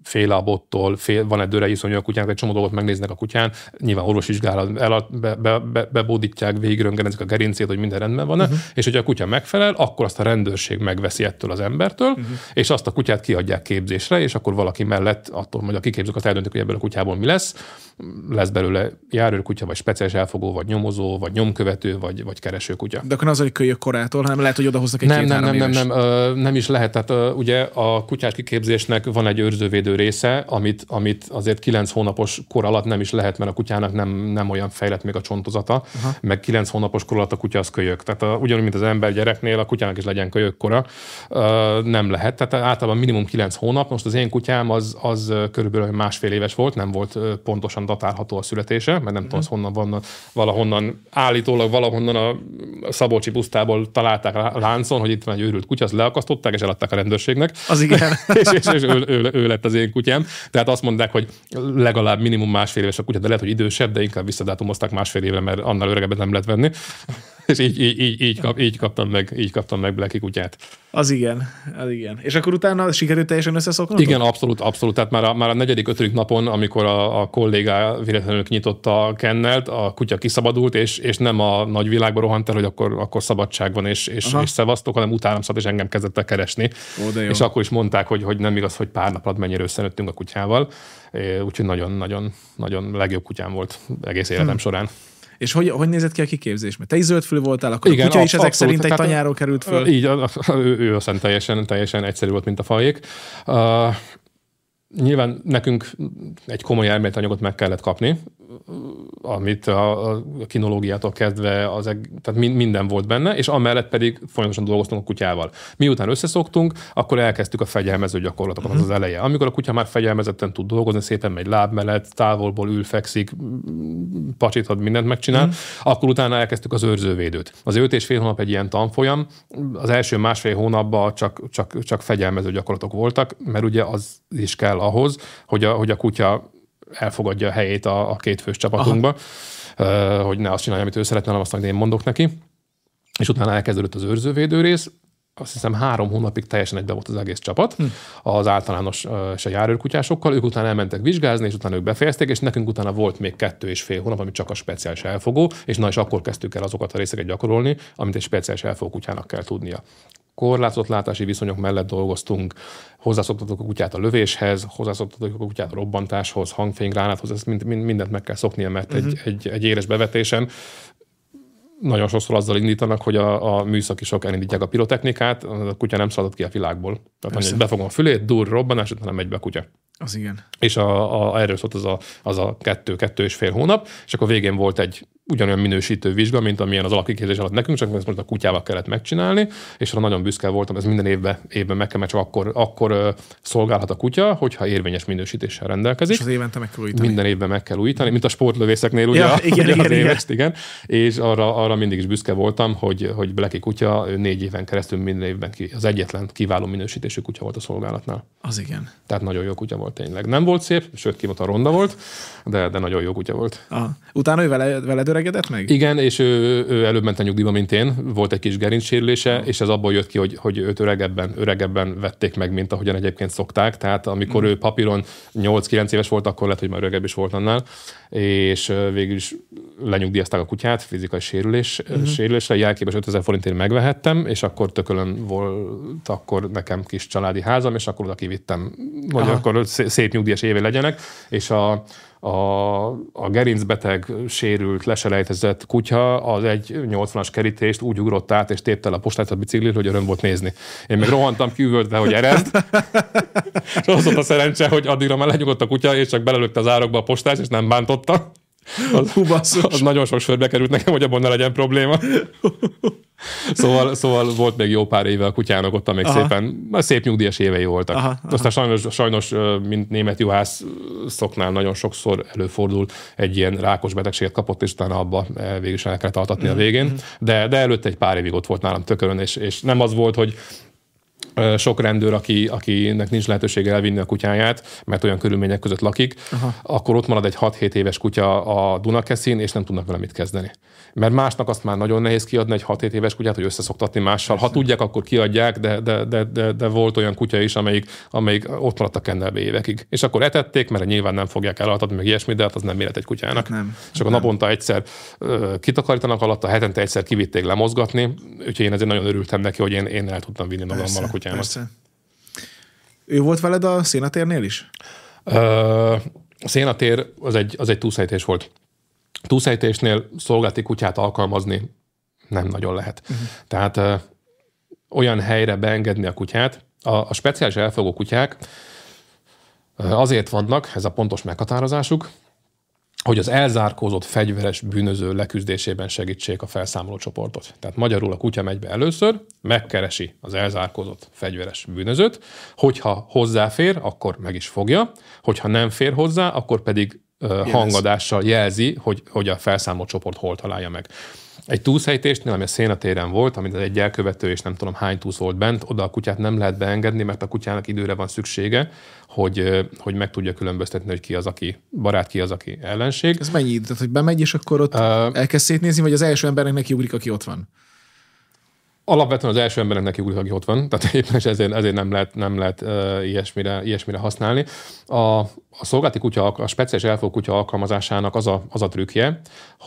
fél a bottól, van egy döreiszonyú a kutyának, egy csomó dolgot megnéznek a kutyán, nyilván orvosvizsgálat, bebódítják, végigröntgenezik a gerincét, hogy minden rendben van-e, és hogyha a kutya megfelel, akkor azt a rendőrség megveszi ettől az embertől, és azt a kutyát kiadják képzésre, és akkor valaki mellett, attól majd a kiképzők azt eldöntik, hogy ebből a kutyából mi lesz belőle járőrkutya, vagy speciális elfogó, vagy nyomozó, vagy nyomkövető, vagy keresőkutya. De akkor az, hogy kölyök korától, hanem lehet, hogy odahoznak egy nem is lehet. Tehát ugye a kutyás kiképzésnek van egy őrzővédő része, amit azért 9 hónapos kor alatt nem is lehet, mert a kutyának nem olyan fejlett még a csontozata, meg 9 hónapos kor alatt a kutya az kölyök. Tehát ugyanúgy, mint az ember gyereknél, a kutyának is legyen kölyök kora, nem lehet. Tehát általában minimum 9 hónap. Most az én kutyám az körülbelül 1,5 éves volt, nem volt pontosan datálható a születése, mert nem tudom, honnan van, valahonnan állítólag valahonnan a Szabolcsi pusztából találták láncon, hogy itt van egy őrült kutya, azt leakasztották, és eladták a rendőrségnek. Az igen. és ő lett az én kutyám. Tehát azt mondták, hogy legalább minimum 1,5 éves a kutya, de lehet, hogy idősebb, de inkább visszadátumozták 1,5 évre, mert annál öregebbet nem lehet venni. És így kaptam meg Blacky kutyát. Az igen. És akkor utána sikerült teljesen összeszoknotok? Igen, abszolút. Tehát már a 4.-5. napon, amikor a kollégá véletlenül kinyitotta a kennelt, a kutya kiszabadult, és nem a nagyvilágba rohant el, hogy akkor szabadság van, és szevasztok, hanem utánam szállt, és engem kezdett el keresni. És akkor is mondták, hogy nem igaz, hogy pár nap alatt mennyire összenőttünk a kutyával. Úgyhogy nagyon legjobb kutyám volt egész életem során. És hogy nézett ki a kiképzés? Mert te is zöldfülű voltál, akkor igen, a kutya is ezek szerint egy tanyáról került föl. Így, ő aztán teljesen egyszerű volt, mint a fajék. Nyilván nekünk egy komoly elméletanyagot meg kellett kapni, amit a kinológiától kezdve, tehát minden volt benne, és amellett pedig folyamatosan dolgoztunk a kutyával. Miután összeszoktunk, akkor elkezdtük a fegyelmező gyakorlatokat az eleje. Amikor a kutya már fegyelmezetten tud dolgozni, szépen megy láb mellett, távolból ül, fekszik, pacsíthat, mindent megcsinál, akkor utána elkezdtük az őrzővédőt. Az 5,5 hónap egy ilyen tanfolyam, az első 1,5 hónapban csak fegyelmező gyakorlatok voltak, mert ugye az is kell ahhoz, hogy a kutya elfogadja a helyét a két fős csapatunkba, hogy ne azt csinálja, amit ő szeretne, hanem azt, amit én mondok neki. És utána elkezdődött az őrzővédő rész. Azt hiszem 3 hónapig teljesen egybe volt az egész csapat, az általános és a járőrkutyásokkal. Ők utána elmentek vizsgázni, és utána ők befejezték, és nekünk utána volt még 2,5 hónap, ami csak a speciális elfogó, és akkor kezdtük el azokat a részeket gyakorolni, amit egy speciális elfogó kutyának kell tudnia. Korlátozott látási viszonyok mellett dolgoztunk, hozzászoktatok a kutyát a lövéshez, hozzászoktatok a kutyát a robbantáshoz, hangfénygránáthoz, ezt mindent meg kell szoknia, mert egy éles bevetésen nagyon sokszor azzal indítanak, hogy a műszakisok elindítják a pirotechnikát, a kutya nem szaladott ki a világból. Tehát befogom a fülét, dur, robbanás, utána megy be a kutya. Az igen. És erről szólt az a 2,5 hónap, és akkor végén volt egy ugyanolyan minősítő vizsga, mint amilyen az alapkiképzés alatt nekünk, csak ezt most a kutyával kellett megcsinálni, és arra nagyon büszke voltam, ez minden évben meg kell, mert csak akkor szolgálhat a kutya, hogyha érvényes minősítéssel rendelkezik. És az évente meg kell újítani. Minden évben meg kell újítani, mint a sportlövészeknél, ugye? Ja, igen. És arra mindig is büszke voltam, hogy Blacky kutya 4 éven keresztül minden évben az egyetlen kiváló minősítésű kutya volt a szolgálatnál. Az igen. Tehát nagyon jó kutya volt tényleg. Nem volt szép, sőt kimondottan ronda volt, de nagyon jó kutya volt. Utána ő veled öregedett meg? Igen, és ő előbb ment a nyugdíjba, mint én. Volt egy kis gerincsérülése, és ez abból jött ki, hogy őt öregebben vették meg, mint ahogyan egyébként szokták. Tehát amikor ő papíron 8-9 éves volt, akkor lett, hogy már öregebb is volt annál. És végül is lenyugdíjazták a kutyát fizikai sérülésre. Jelképes 5000 forintért megvehettem, és akkor tökölön volt akkor nekem kis családi házam, és akkor oda kivittem, hogy akkor szép nyugdíjas éve legyenek, és a gerincbeteg, sérült, leselejtezett kutya az egy 80-as kerítést úgy ugrott át, és tépte el a postát a biciklit, hogy öröm volt nézni. Én meg rohantam, kiüvöltve, hogy erezd. És az volt a szerencse, hogy addigra már lenyugodt a kutya, és csak belelőtte az árokba a postát, és nem bántotta. Az nagyon sok sörbe került nekem, hogy abban ne legyen probléma. Szóval volt még jó pár éve a kutyának ott, még szép nyugdíjas évei voltak. Aztán sajnos, mint német juhász szoknál nagyon sokszor előfordul, egy ilyen rákos betegséget kapott, és utána abba végül is el kellett altatni a végén. De előtte egy pár évig ott volt nálam tökörön, és nem az volt, hogy sok rendőr, akinek nincs lehetősége elvinni a kutyáját, mert olyan körülmények között lakik, akkor ott marad egy 6-7 éves kutya a Dunakeszin, és nem tudnak vele mit kezdeni. Mert másnak azt már nagyon nehéz kiadni egy 6-7 éves kutyát, hogy összeszoktatni mással. Ha tudják, akkor kiadják, de volt olyan kutya is, amelyik ott maradt a kennelbe évekig. És akkor etették, mert nyilván nem fogják elaltatni, meg ilyesmi, de hát az nem élet egy kutyának. Nem. És akkor naponta egyszer kitakarítanak alatta, hetente egyszer kivitték lemozgatni, úgyhogy én ezért nagyon örültem neki, hogy én el tudtam vinni magammal a kutyámat. Persze. Ő volt veled a Szénatérnél is? A Szénatér az egy túlszejtés volt. Túlszejtésnél szolgálati kutyát alkalmazni nem nagyon lehet. Tehát olyan helyre beengedni a kutyát, a speciális elfogó kutyák azért vannak, ez a pontos meghatározásuk, hogy az elzárkózott fegyveres bűnöző leküzdésében segítsék a felszámoló csoportot. Tehát magyarul a kutya megy be először, megkeresi az elzárkózott fegyveres bűnözőt, hogyha hozzáfér, akkor meg is fogja, hogyha nem fér hozzá, akkor pedig hangadással jelzi, hogy a felszámoló csoport hol találja meg. Egy túlszejtésnél, ami a Szénatéren volt, amit egy elkövető és nem tudom hány túsz volt bent, oda a kutyát nem lehet beengedni, mert a kutyának időre van szüksége, hogy meg tudja különböztetni, hogy ki az, aki barát, ki az, aki ellenség. Ez mennyi idő? Tehát, hogy bemegy, és akkor ott elkezd szétnézni, vagy az első embernek nekiugrik, aki ott van? Alapvetően az első embernek nekiugrik, aki ott van, tehát éppen ezért nem lehet ilyesmire használni. A szolgálati kutya, a speciális elfogó kutya alkalmazásának az a trükkje,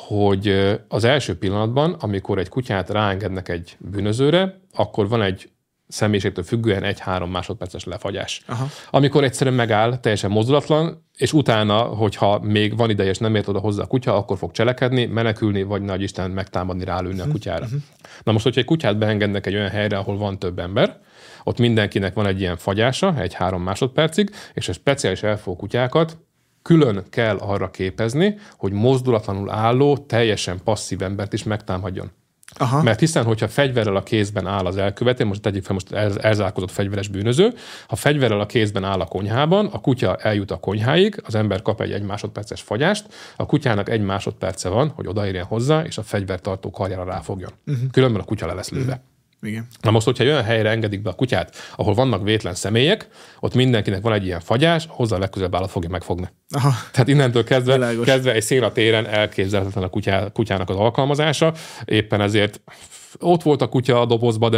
hogy az első pillanatban, amikor egy kutyát ráengednek egy bűnözőre, akkor van egy személyiségtől függően 1-3 másodperces lefagyás. Aha. Amikor egyszerűen megáll, teljesen mozdulatlan, és utána, hogyha még van ideje, és nem ért oda hozzá a kutya, akkor fog cselekedni, menekülni, vagy nagy Isten megtámadni, rálőni a kutyára. Na most, hogyha egy kutyát beengednek egy olyan helyre, ahol van több ember, ott mindenkinek van egy ilyen fagyása, 1-3 másodpercig, és a speciális elfogó kutyákat külön kell arra képezni, hogy mozdulatlanul álló, teljesen passzív embert is megtámadjon. Aha. Mert hiszen, hogyha fegyverrel a kézben áll az elkövető, most tegyük fel, most elzárkózott fegyveres bűnöző, ha fegyverrel a kézben áll a konyhában, a kutya eljut a konyháig, az ember kap egy 1 másodperces fagyást, a kutyának 1 másodperce van, hogy odaérjen hozzá, és a fegyvertartó karjára ráfogjon. Különben a kutya le lesz lőve. Igen. Na most, hogyha olyan helyre engedik be a kutyát, ahol vannak vétlen személyek, ott mindenkinek van egy ilyen fagyás, hozzá a legközelebb állat fogja megfogni. Aha. Tehát innentől kezdve egy Szénatéren elképzelhetetlen a kutyának az alkalmazása. Éppen ezért ott volt a kutya a dobozba,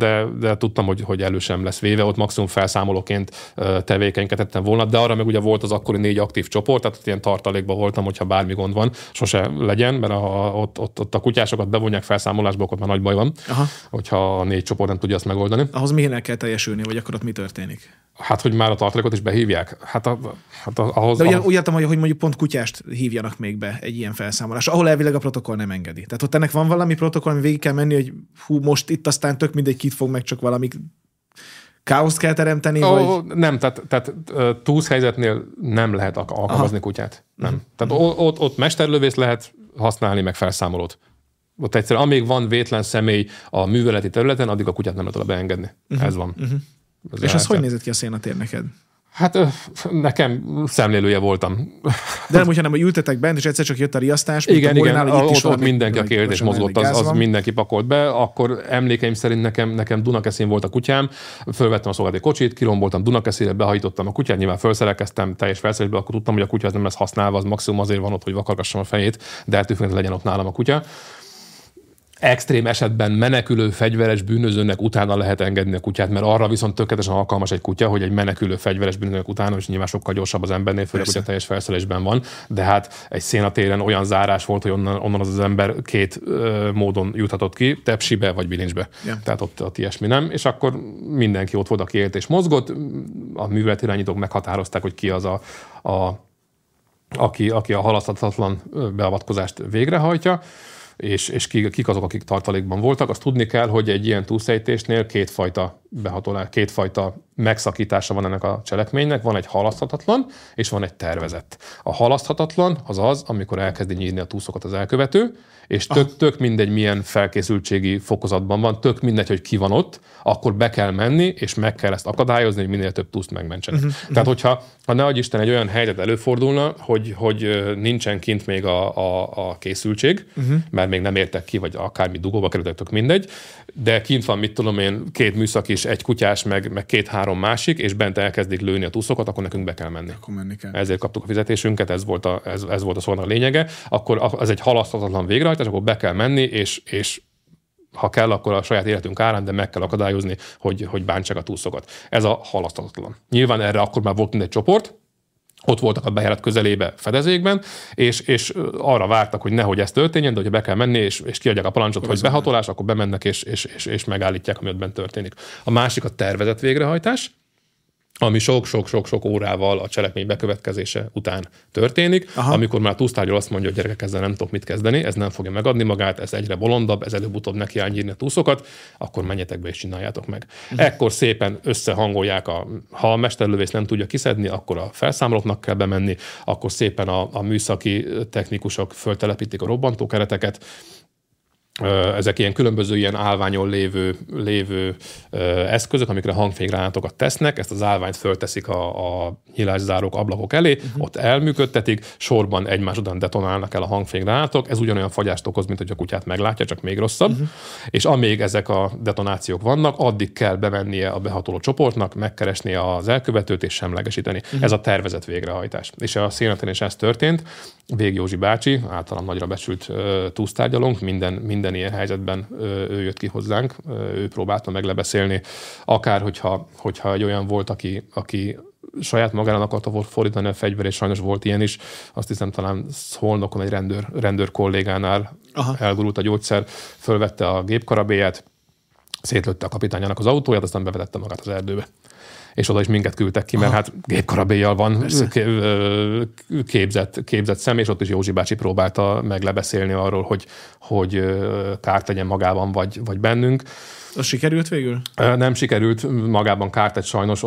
de tudtam, hogy elő sem lesz véve, ott maximum felszámolóként tevékenykedhettem volna, de arra meg ugye volt az akkori 4 aktív csoport, tehát ilyen tartalékban voltam, hogyha bármi gond van, sose legyen, mert ott a kutyásokat bevonják felszámolásba, akkor már nagy baj van, hogyha a 4 csoport nem tudja azt megoldani. Ahhoz miért kell teljesülni, vagy akkor ott mi történik? Hát, hogy már a tartalékot is behívják. Ahhoz... De úgy értem, hogy mondjuk pont kutyást hívjanak még be egy ilyen felszámolás, ahol elvileg a protokoll nem engedi. Tehát ott ennek van valami protokoll, ami végig kell menni, hogy most itt aztán tök mindegy, kit fog meg, csak valami káoszt kell teremteni? Vagy... Nem, tehát túlszhelyzetnél nem lehet alkalmazni kutyát. Nem. Tehát ott mesterlövész lehet használni, meg felszámolót. Ott egyszerűen, amíg van vétlen személy a műveleti területen, addig a kutyát nem lehet oda beengedni. Ez van. És az hogy nézett ki a Szénatér neked? Hát nekem szemlélője voltam. De nem úgy, hanem, hogy ültetek bent, és egyszer csak jött a riasztás. Igen, ott mindenki, aki élt és mozgott, az mindenki pakolt be. Akkor emlékeim szerint nekem Dunakeszin volt a kutyám, fölvettem a szolgálati kocsit, kiromboltam Dunakeszire, behajítottam a kutyát, nyilván felszerelkeztem teljes felszerelésbe, akkor tudtam, hogy a kutya az nem lesz használva, az maximum azért van ott, hogy vakargassam a fejét, de ettől legyen ott nálam a kutya. Extrém esetben menekülő fegyveres bűnözőnek utána lehet engedni a kutyát, mert arra viszont tökéletesen alkalmas egy kutya, hogy egy menekülő fegyveres bűnözőnek utána, és nyilván sokkal gyorsabb az embernél, főleg, hogy a teljes felszerelésben van, de hát egy Szénatéren olyan zárás volt, hogy onnan az ember 2 módon juthatott ki, tepsibe vagy bilincsbe. Yeah. Tehát ott ilyesmi nem, és akkor mindenki ott volt, aki élt és mozgott, a műveletirányítók meghatározták, hogy ki az aki a halaszthatatlan beavatkozást végrehajtja, és kik azok, akik tartalékban voltak. Azt tudni kell, hogy egy ilyen túlszejtésnél kétfajta megszakítása van ennek a cselekménynek, van egy halaszthatatlan, és van egy tervezett. A halaszthatatlan az, amikor elkezdi nyírni a túszokat az elkövető, és tök mindegy, milyen felkészültségi fokozatban van, tök mindegy, hogy ki van ott, akkor be kell menni, és meg kell ezt akadályozni, hogy minél több túszt megmentsenek. Tehát, hogyha ne adj Isten, egy olyan helyzet előfordulna, hogy nincsen kint még a készültség, mert még nem értek ki, vagy akármi dugóba kerültek, tök mindegy, de kint van, mit tudom én, 2 műszakis, egy kutyás, meg 2-3 másik, és bent elkezdik lőni a túszokat, akkor nekünk be kell menni. Akkor menni kell. Ezért kaptuk a fizetésünket, ez volt a szónak a lényege. Akkor ez egy halaszthatatlan végrehajtás, akkor be kell menni, és ha kell, akkor a saját életünk árán, de meg kell akadályozni, hogy bántsák a túszokat. Ez a halaszthatatlan. Nyilván erre akkor már volt egy csoport, ott voltak a bejárat közelébe fedezékben, és arra vártak, hogy nehogy ez történjen, de hogyha be kell menni, és kiadják a parancsot, hogy behatolás, akkor bemennek, és megállítják, ami ott bent történik. A másik a tervezett végrehajtás, ami sok-sok órával a cselekmény bekövetkezése után történik, amikor már a túsztárgyal azt mondja, hogy gyerekek, ezzel nem tudok mit kezdeni, ez nem fogja megadni magát, ez egyre bolondabb, ez előbb-utóbb neki áll nyírni a túszokat, akkor menjetek be és csináljátok meg. Ekkor szépen összehangolják, ha a mesterlövész nem tudja kiszedni, akkor a felszámolóknak kell bemenni, akkor szépen a műszaki technikusok föltelepítik a robbantókereteket. Ezek ilyen különböző ilyen állványon lévő eszközök, amikre hangfénygránátokat tesznek, ezt az állványt fölteszik a nyilászárók, ablakok elé, ott elműködtetik, sorban egymás után detonálnak el a hangfénygránátok, ez ugyanolyan fagyást okoz, mint hogy a kutyát meglátja, csak még rosszabb, és amíg ezek a detonációk vannak, addig kell bemennie a behatoló csoportnak, megkeresnie az elkövetőt és semlegesíteni. Ez a tervezett végrehajtás. És a színeten is ez történt. Vég Józsi bácsi, általam nagyra becsült túsztárgyalónk, minden ilyen helyzetben ő jött ki hozzánk, ő próbálta meg lebeszélni, akár hogyha egy olyan volt, aki saját magának akarta fordítani a fegyver, és sajnos volt ilyen is, azt hiszem talán Szolnokon egy rendőr kollégánál elgurult a gyógyszer, fölvette a gépkarabélyát, szétlőtte a kapitányának az autóját, aztán bevetette magát az erdőbe. És oda is minket küldtek ki, mert hát gépkarabéllyal van képzett szem, és ott is Józsi bácsi próbálta meg lebeszélni arról, hogy kárt tegyen magában, vagy bennünk. Az sikerült végül? Nem sikerült, magában kárt egy sajnos,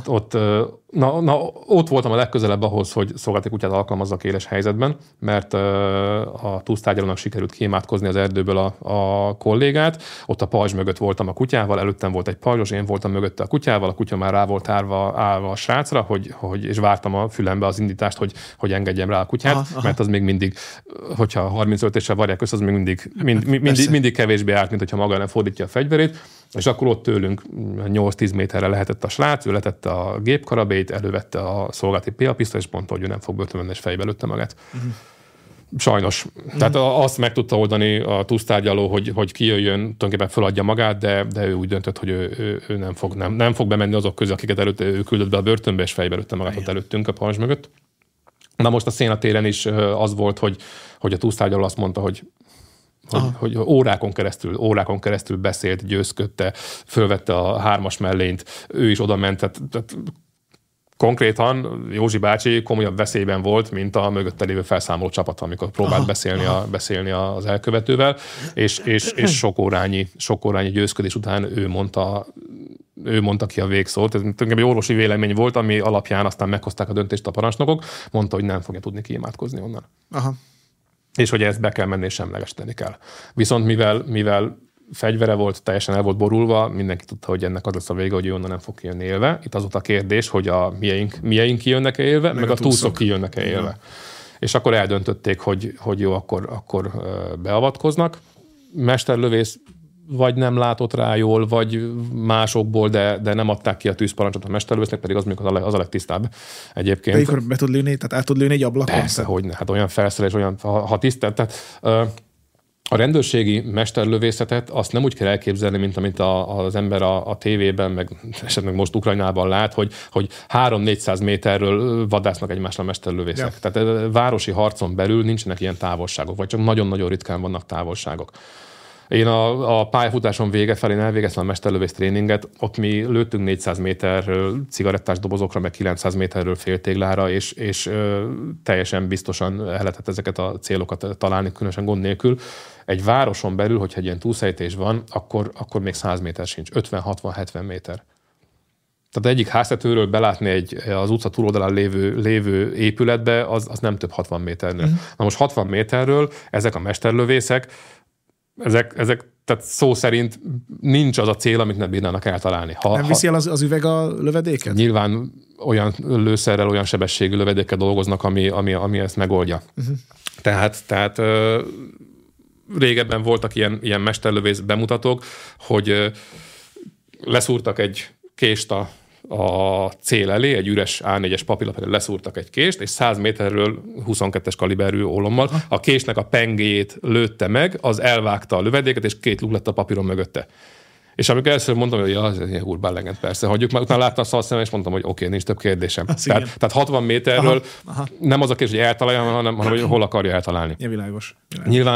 ott voltam a legközelebb ahhoz, hogy szolgálati kutyát alkalmazzak éles helyzetben, mert a túsztárgyalónak sikerült kiimádkozni az erdőből a kollégát. Ott a pajzs mögött voltam a kutyával, előttem volt egy pajzsos, én voltam mögötte a kutyával, a kutya már rá volt állva a srácra, és vártam a fülembe az indítást, hogy engedjem rá a kutyát, mert az még mindig, hogyha 35-essel varják össze, az még mindig kevésbé árt, mint hogyha maga nem fordítja a fegyverét. És akkor ott tőlünk 8-10 méterre lehetett a srác, ő letette a gépkarabélyt, elővette a szolgálati PA-pisztolyt, és mondta, hogy ő nem fog börtönbe, és fejbe lőtte magát. Sajnos. Tehát azt meg tudta oldani a túsztárgyaló, hogy kijöjjön, tulajdonképpen feladja magát, de ő úgy döntött, hogy ő nem fog bemenni azok közé, akiket előtte ő küldött be a börtönbe, és fejbe lőtte magát ott előttünk a pajzs mögött. Na most a Szénatéren is az volt, hogy a túsztárgyaló azt mondta, hogy órákon keresztül beszélt, győzködte, fölvette a 3-as mellényt, ő is oda ment, tehát konkrétan Józsi bácsi komolyabb veszélyben volt, mint a mögötte lévő felszámoló csapat, amikor próbált beszélni az elkövetővel, és sok órányi győzködés után ő mondta ki a végszót. Ez tulajdonképpen egy orvosi vélemény volt, ami alapján aztán meghozták a döntést a parancsnokok, mondta, hogy nem fogja tudni kiimádkozni onnan. És hogy ezt be kell menni, és semlegesíteni kell. Viszont mivel fegyvere volt, teljesen el volt borulva, mindenki tudta, hogy ennek az lesz a vége, hogy ő onnan nem fog kijönni élve. Itt az volt a kérdés, hogy a mieink kijönnek-e élve, meg a túszok kijönnek-e élve. Ja. És akkor eldöntötték, hogy jó, akkor beavatkoznak. Mesterlövész vagy nem látott rá jól, vagy másokból, de nem adták ki a tűzparancsot a mesterlövésznek, pedig az mondjuk az a legtisztább egyébként. De akkor be tud lőni, tehát át tud lőni egy ablakon? Persze, hogy ne. Hát olyan felszerelés, olyan, ha tisztább. Tehát a rendőrségi mesterlövészetet azt nem úgy kell elképzelni, mint amit az ember a tévében, meg esetleg most Ukrajnában lát, hogy 300-400 méterről vadásznak egymásra mesterlövészek. Ja. Tehát városi harcon belül nincsenek ilyen távolságok, vagy csak nagyon-nagyon ritkán vannak távolságok. Én a pályafutásom vége felén elvégeztem a mesterlövész tréninget, ott mi lőttünk 400 méterről cigarettás dobozokra, meg 900 méterről féltéglára, és teljesen biztosan el lehetett ezeket a célokat találni, különösen gond nélkül. Egy városon belül, hogyha egy ilyen túlszejtés van, akkor még 100 méter sincs, 50-60-70 méter. Tehát egyik háztetőről belátni az utca túloldalán lévő épületbe, az nem több 60 méternél. Na most 60 méterről ezek a mesterlövészek, ezek tehát szó szerint nincs az a cél, amit nem bírnának eltalálni. Nem viszi el az üveg a lövedéket? Nyilván olyan lőszerrel, olyan sebességű lövedékkel dolgoznak, ami ezt megoldja. Tehát régebben voltak ilyen mesterlövész bemutatók, hogy leszúrtak egy kést a cél elé, egy üres A4-es papírlap elé leszúrtak egy kést, és 100 méterről 22-es kaliberű ólommal a késnek a pengéjét lőtte meg, az elvágta a lövedéket, és 2 luk lett a papíron mögötte. És amikor először mondtam, hogy ez ilyen Hurballenget persze hagyjuk, mert utána láttam szalszemben, és mondtam, hogy oké, nincs több kérdésem. Tehát 60 méterről nem az a kérdés, hogy eltalálja, hanem hogy hol akarja eltalálni. Ja, világos. Nyilván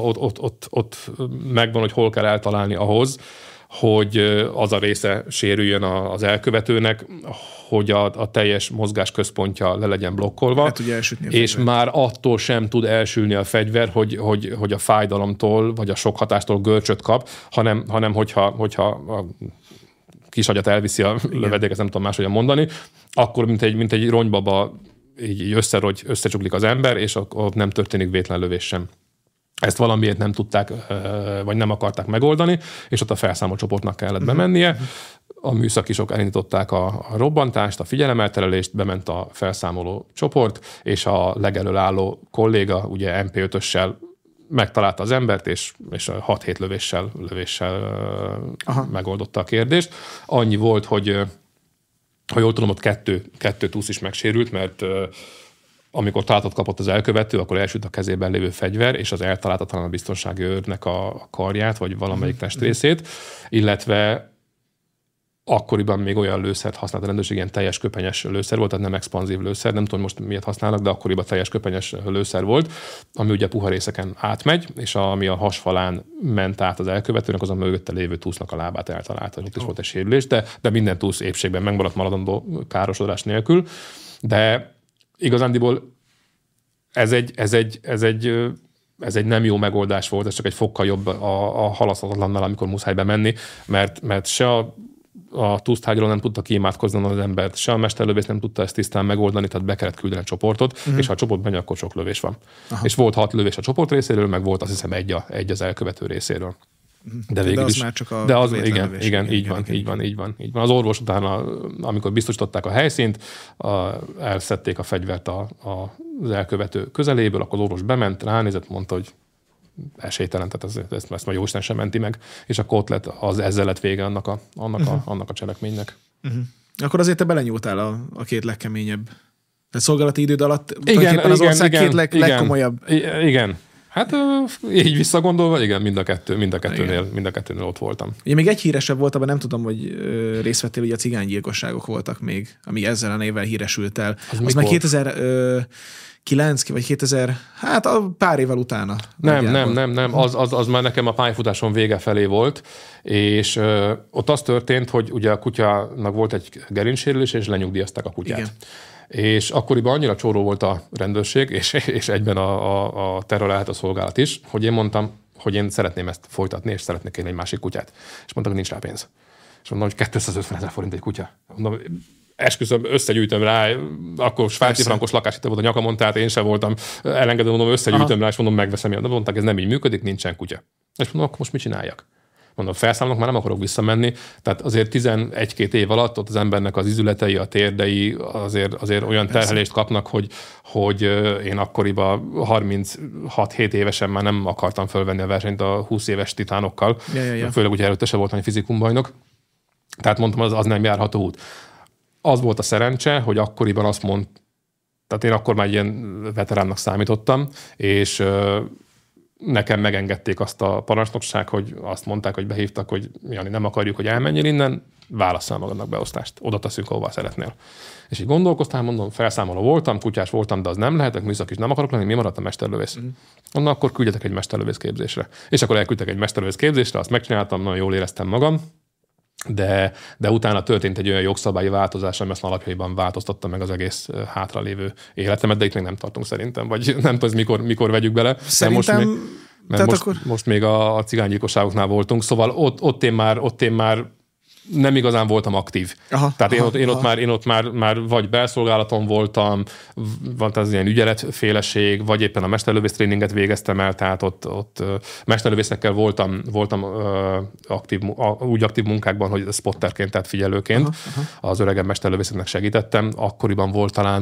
ott megvan, hogy hol kell eltalálni ahhoz, hogy az a része sérüljön az elkövetőnek, hogy a teljes mozgásközpontja le legyen blokkolva, és már attól sem tud elsülni a fegyver, hogy a fájdalomtól, vagy a sok hatástól görcsöt kap, hanem hogyha a kisagyat elviszi a lövedék, ezt nem tudom máshogyan mondani, akkor mint egy ronybaba így összecsuklik az ember, és akkor nem történik vétlen lövés sem. Ezt valamiért nem tudták, vagy nem akarták megoldani, és ott a felszámoló csoportnak kellett bemennie. A műszakisok elindították a robbantást, a figyelemelterelést, bement a felszámoló csoport, és a legelől álló kolléga, ugye MP5-össel megtalálta az embert, és 6-7 lövéssel megoldotta a kérdést. Annyi volt, hogy ha jól tudom, ott kettő túsz is megsérült, mert amikor találatot kapott az elkövető, akkor elsült a kezében lévő fegyver, és az eltalálta talán a biztonsági őrnek a karját, vagy valamelyik testrészét, illetve akkoriban még olyan lőszert használt a rendőrség, ilyen teljes köpenyes lőszer volt, tehát nem expanzív lőszer, nem tudom most miért használnak, de akkoriban teljes köpenyes lőszer volt, ami ugye puha részeken átmegy, és ami a hasfalán ment át az elkövetőnek, az a mögötte lévő túsznak a lábát eltalálta. Ott is volt egy sérülés, de minden túsz épségben megmaradt maradandó károsodás nélkül, de igazándiból ez egy nem jó megoldás volt, ez csak egy fokkal jobb a halasztatlannal, amikor muszáj bemenni, mert se a túsztárgyaló nem tudta kiimádkozni az embert, se a mesterlövész nem tudta ezt tisztán megoldani, tehát be kellett küldeni a csoportot, és ha a csoport megy, akkor sok lövés van. És volt 6 lövés a csoport részéről, meg volt azt hiszem egy az elkövető részéről. De végül az is. már csak a Igen, így van. Az orvos utána, amikor biztosították a helyszínt, elszedték a fegyvert az elkövető közeléből, akkor az orvos bement, ránézett, mondta, hogy esélytelen, tehát ezt majd Jóisten sem menti meg, és akkor ott ezzel lett vége annak a cselekménynek. Akkor azért te belenyúltál a két legkeményebb. Tehát szolgálati időd alatt tulajdonképpen az ország két legkomolyabb. Igen. Hát így visszagondolva, igen, mind a kettőnél ott voltam. Ugye még egy híresebb volt, abban nem tudom, hogy részt vettél, ugye a cigánygyilkosságok voltak még, ami ezzel a névvel híresült el. Az már 2009 vagy 2000, hát a pár évvel utána. Nem. Az már nekem a pályafutásom vége felé volt, és ott az történt, hogy ugye a kutyának volt egy gerincsérülés, és lenyugdíjazták a kutyát. Igen. És akkoriban annyira csóró volt a rendőrség, és egyben a terrorelhárító szolgálat is, hogy én mondtam, hogy én szeretném ezt folytatni, és szeretnék én egy másik kutyát. És mondtam, hogy nincs rá pénz. És mondom, hogy 250 000 forint egy kutya. Mondom, esküszöm, összegyűjtöm rá, akkor svájci frankos lakás itt volt a nyakamon, tehát én sem voltam elengedő, mondom, összegyűjtöm rá, és mondom, megveszem. De mondták, ez nem így működik, nincsen kutya. És mondom, akkor most mit csináljak? Mondom, felszámolok, már nem akarok visszamenni. Tehát azért 11-2 év alatt ott az embernek az izületei, a térdei azért olyan terhelést kapnak, hogy én akkoriban 36-7 évesen már nem akartam fölvenni a versenyt a 20 éves titánokkal. Ja. Főleg ugye előtte se voltam egy fizikumbajnok. Tehát mondtam, az nem járható út. Az volt a szerencse, hogy akkoriban azt mondta, tehát én akkor már ilyen veteránnak számítottam, és nekem megengedték azt a parancsnokság, hogy azt mondták, hogy behívtak, hogy Jani, nem akarjuk, hogy elmenjél innen, válasszál magadnak beosztást. Oda teszünk, ahová szeretnél. És így gondolkoztál, mondom, felszámoló voltam, kutyás voltam, de az nem lehetek, műszak is nem akarok lenni, mi maradt a mesterlövész? Onnan akkor küldjetek egy mesterlövész képzésre. És akkor elküldtek egy mesterlövész képzésre, azt megcsináltam, nagyon jól éreztem magam, de utána történt egy olyan jogszabályi változás, ami aztán alapjaiban változtatta meg az egész hátralévő életemet, de itt még nem tartunk szerintem, vagy nem tudom, mikor vegyük bele. Szerintem... Most még a cigánygyilkosságoknál voltunk, szóval ott én már nem igazán voltam aktív. Tehát én ott már vagy belszolgálaton voltam, van az ilyen ügyeletféleség, vagy éppen a mesterlövész tréninget végeztem el, tehát ott mesterlövészekkel voltam úgy aktív munkákban, hogy spotterként, tehát figyelőként az öregebb mesterlövészeknek segítettem. Akkoriban volt talán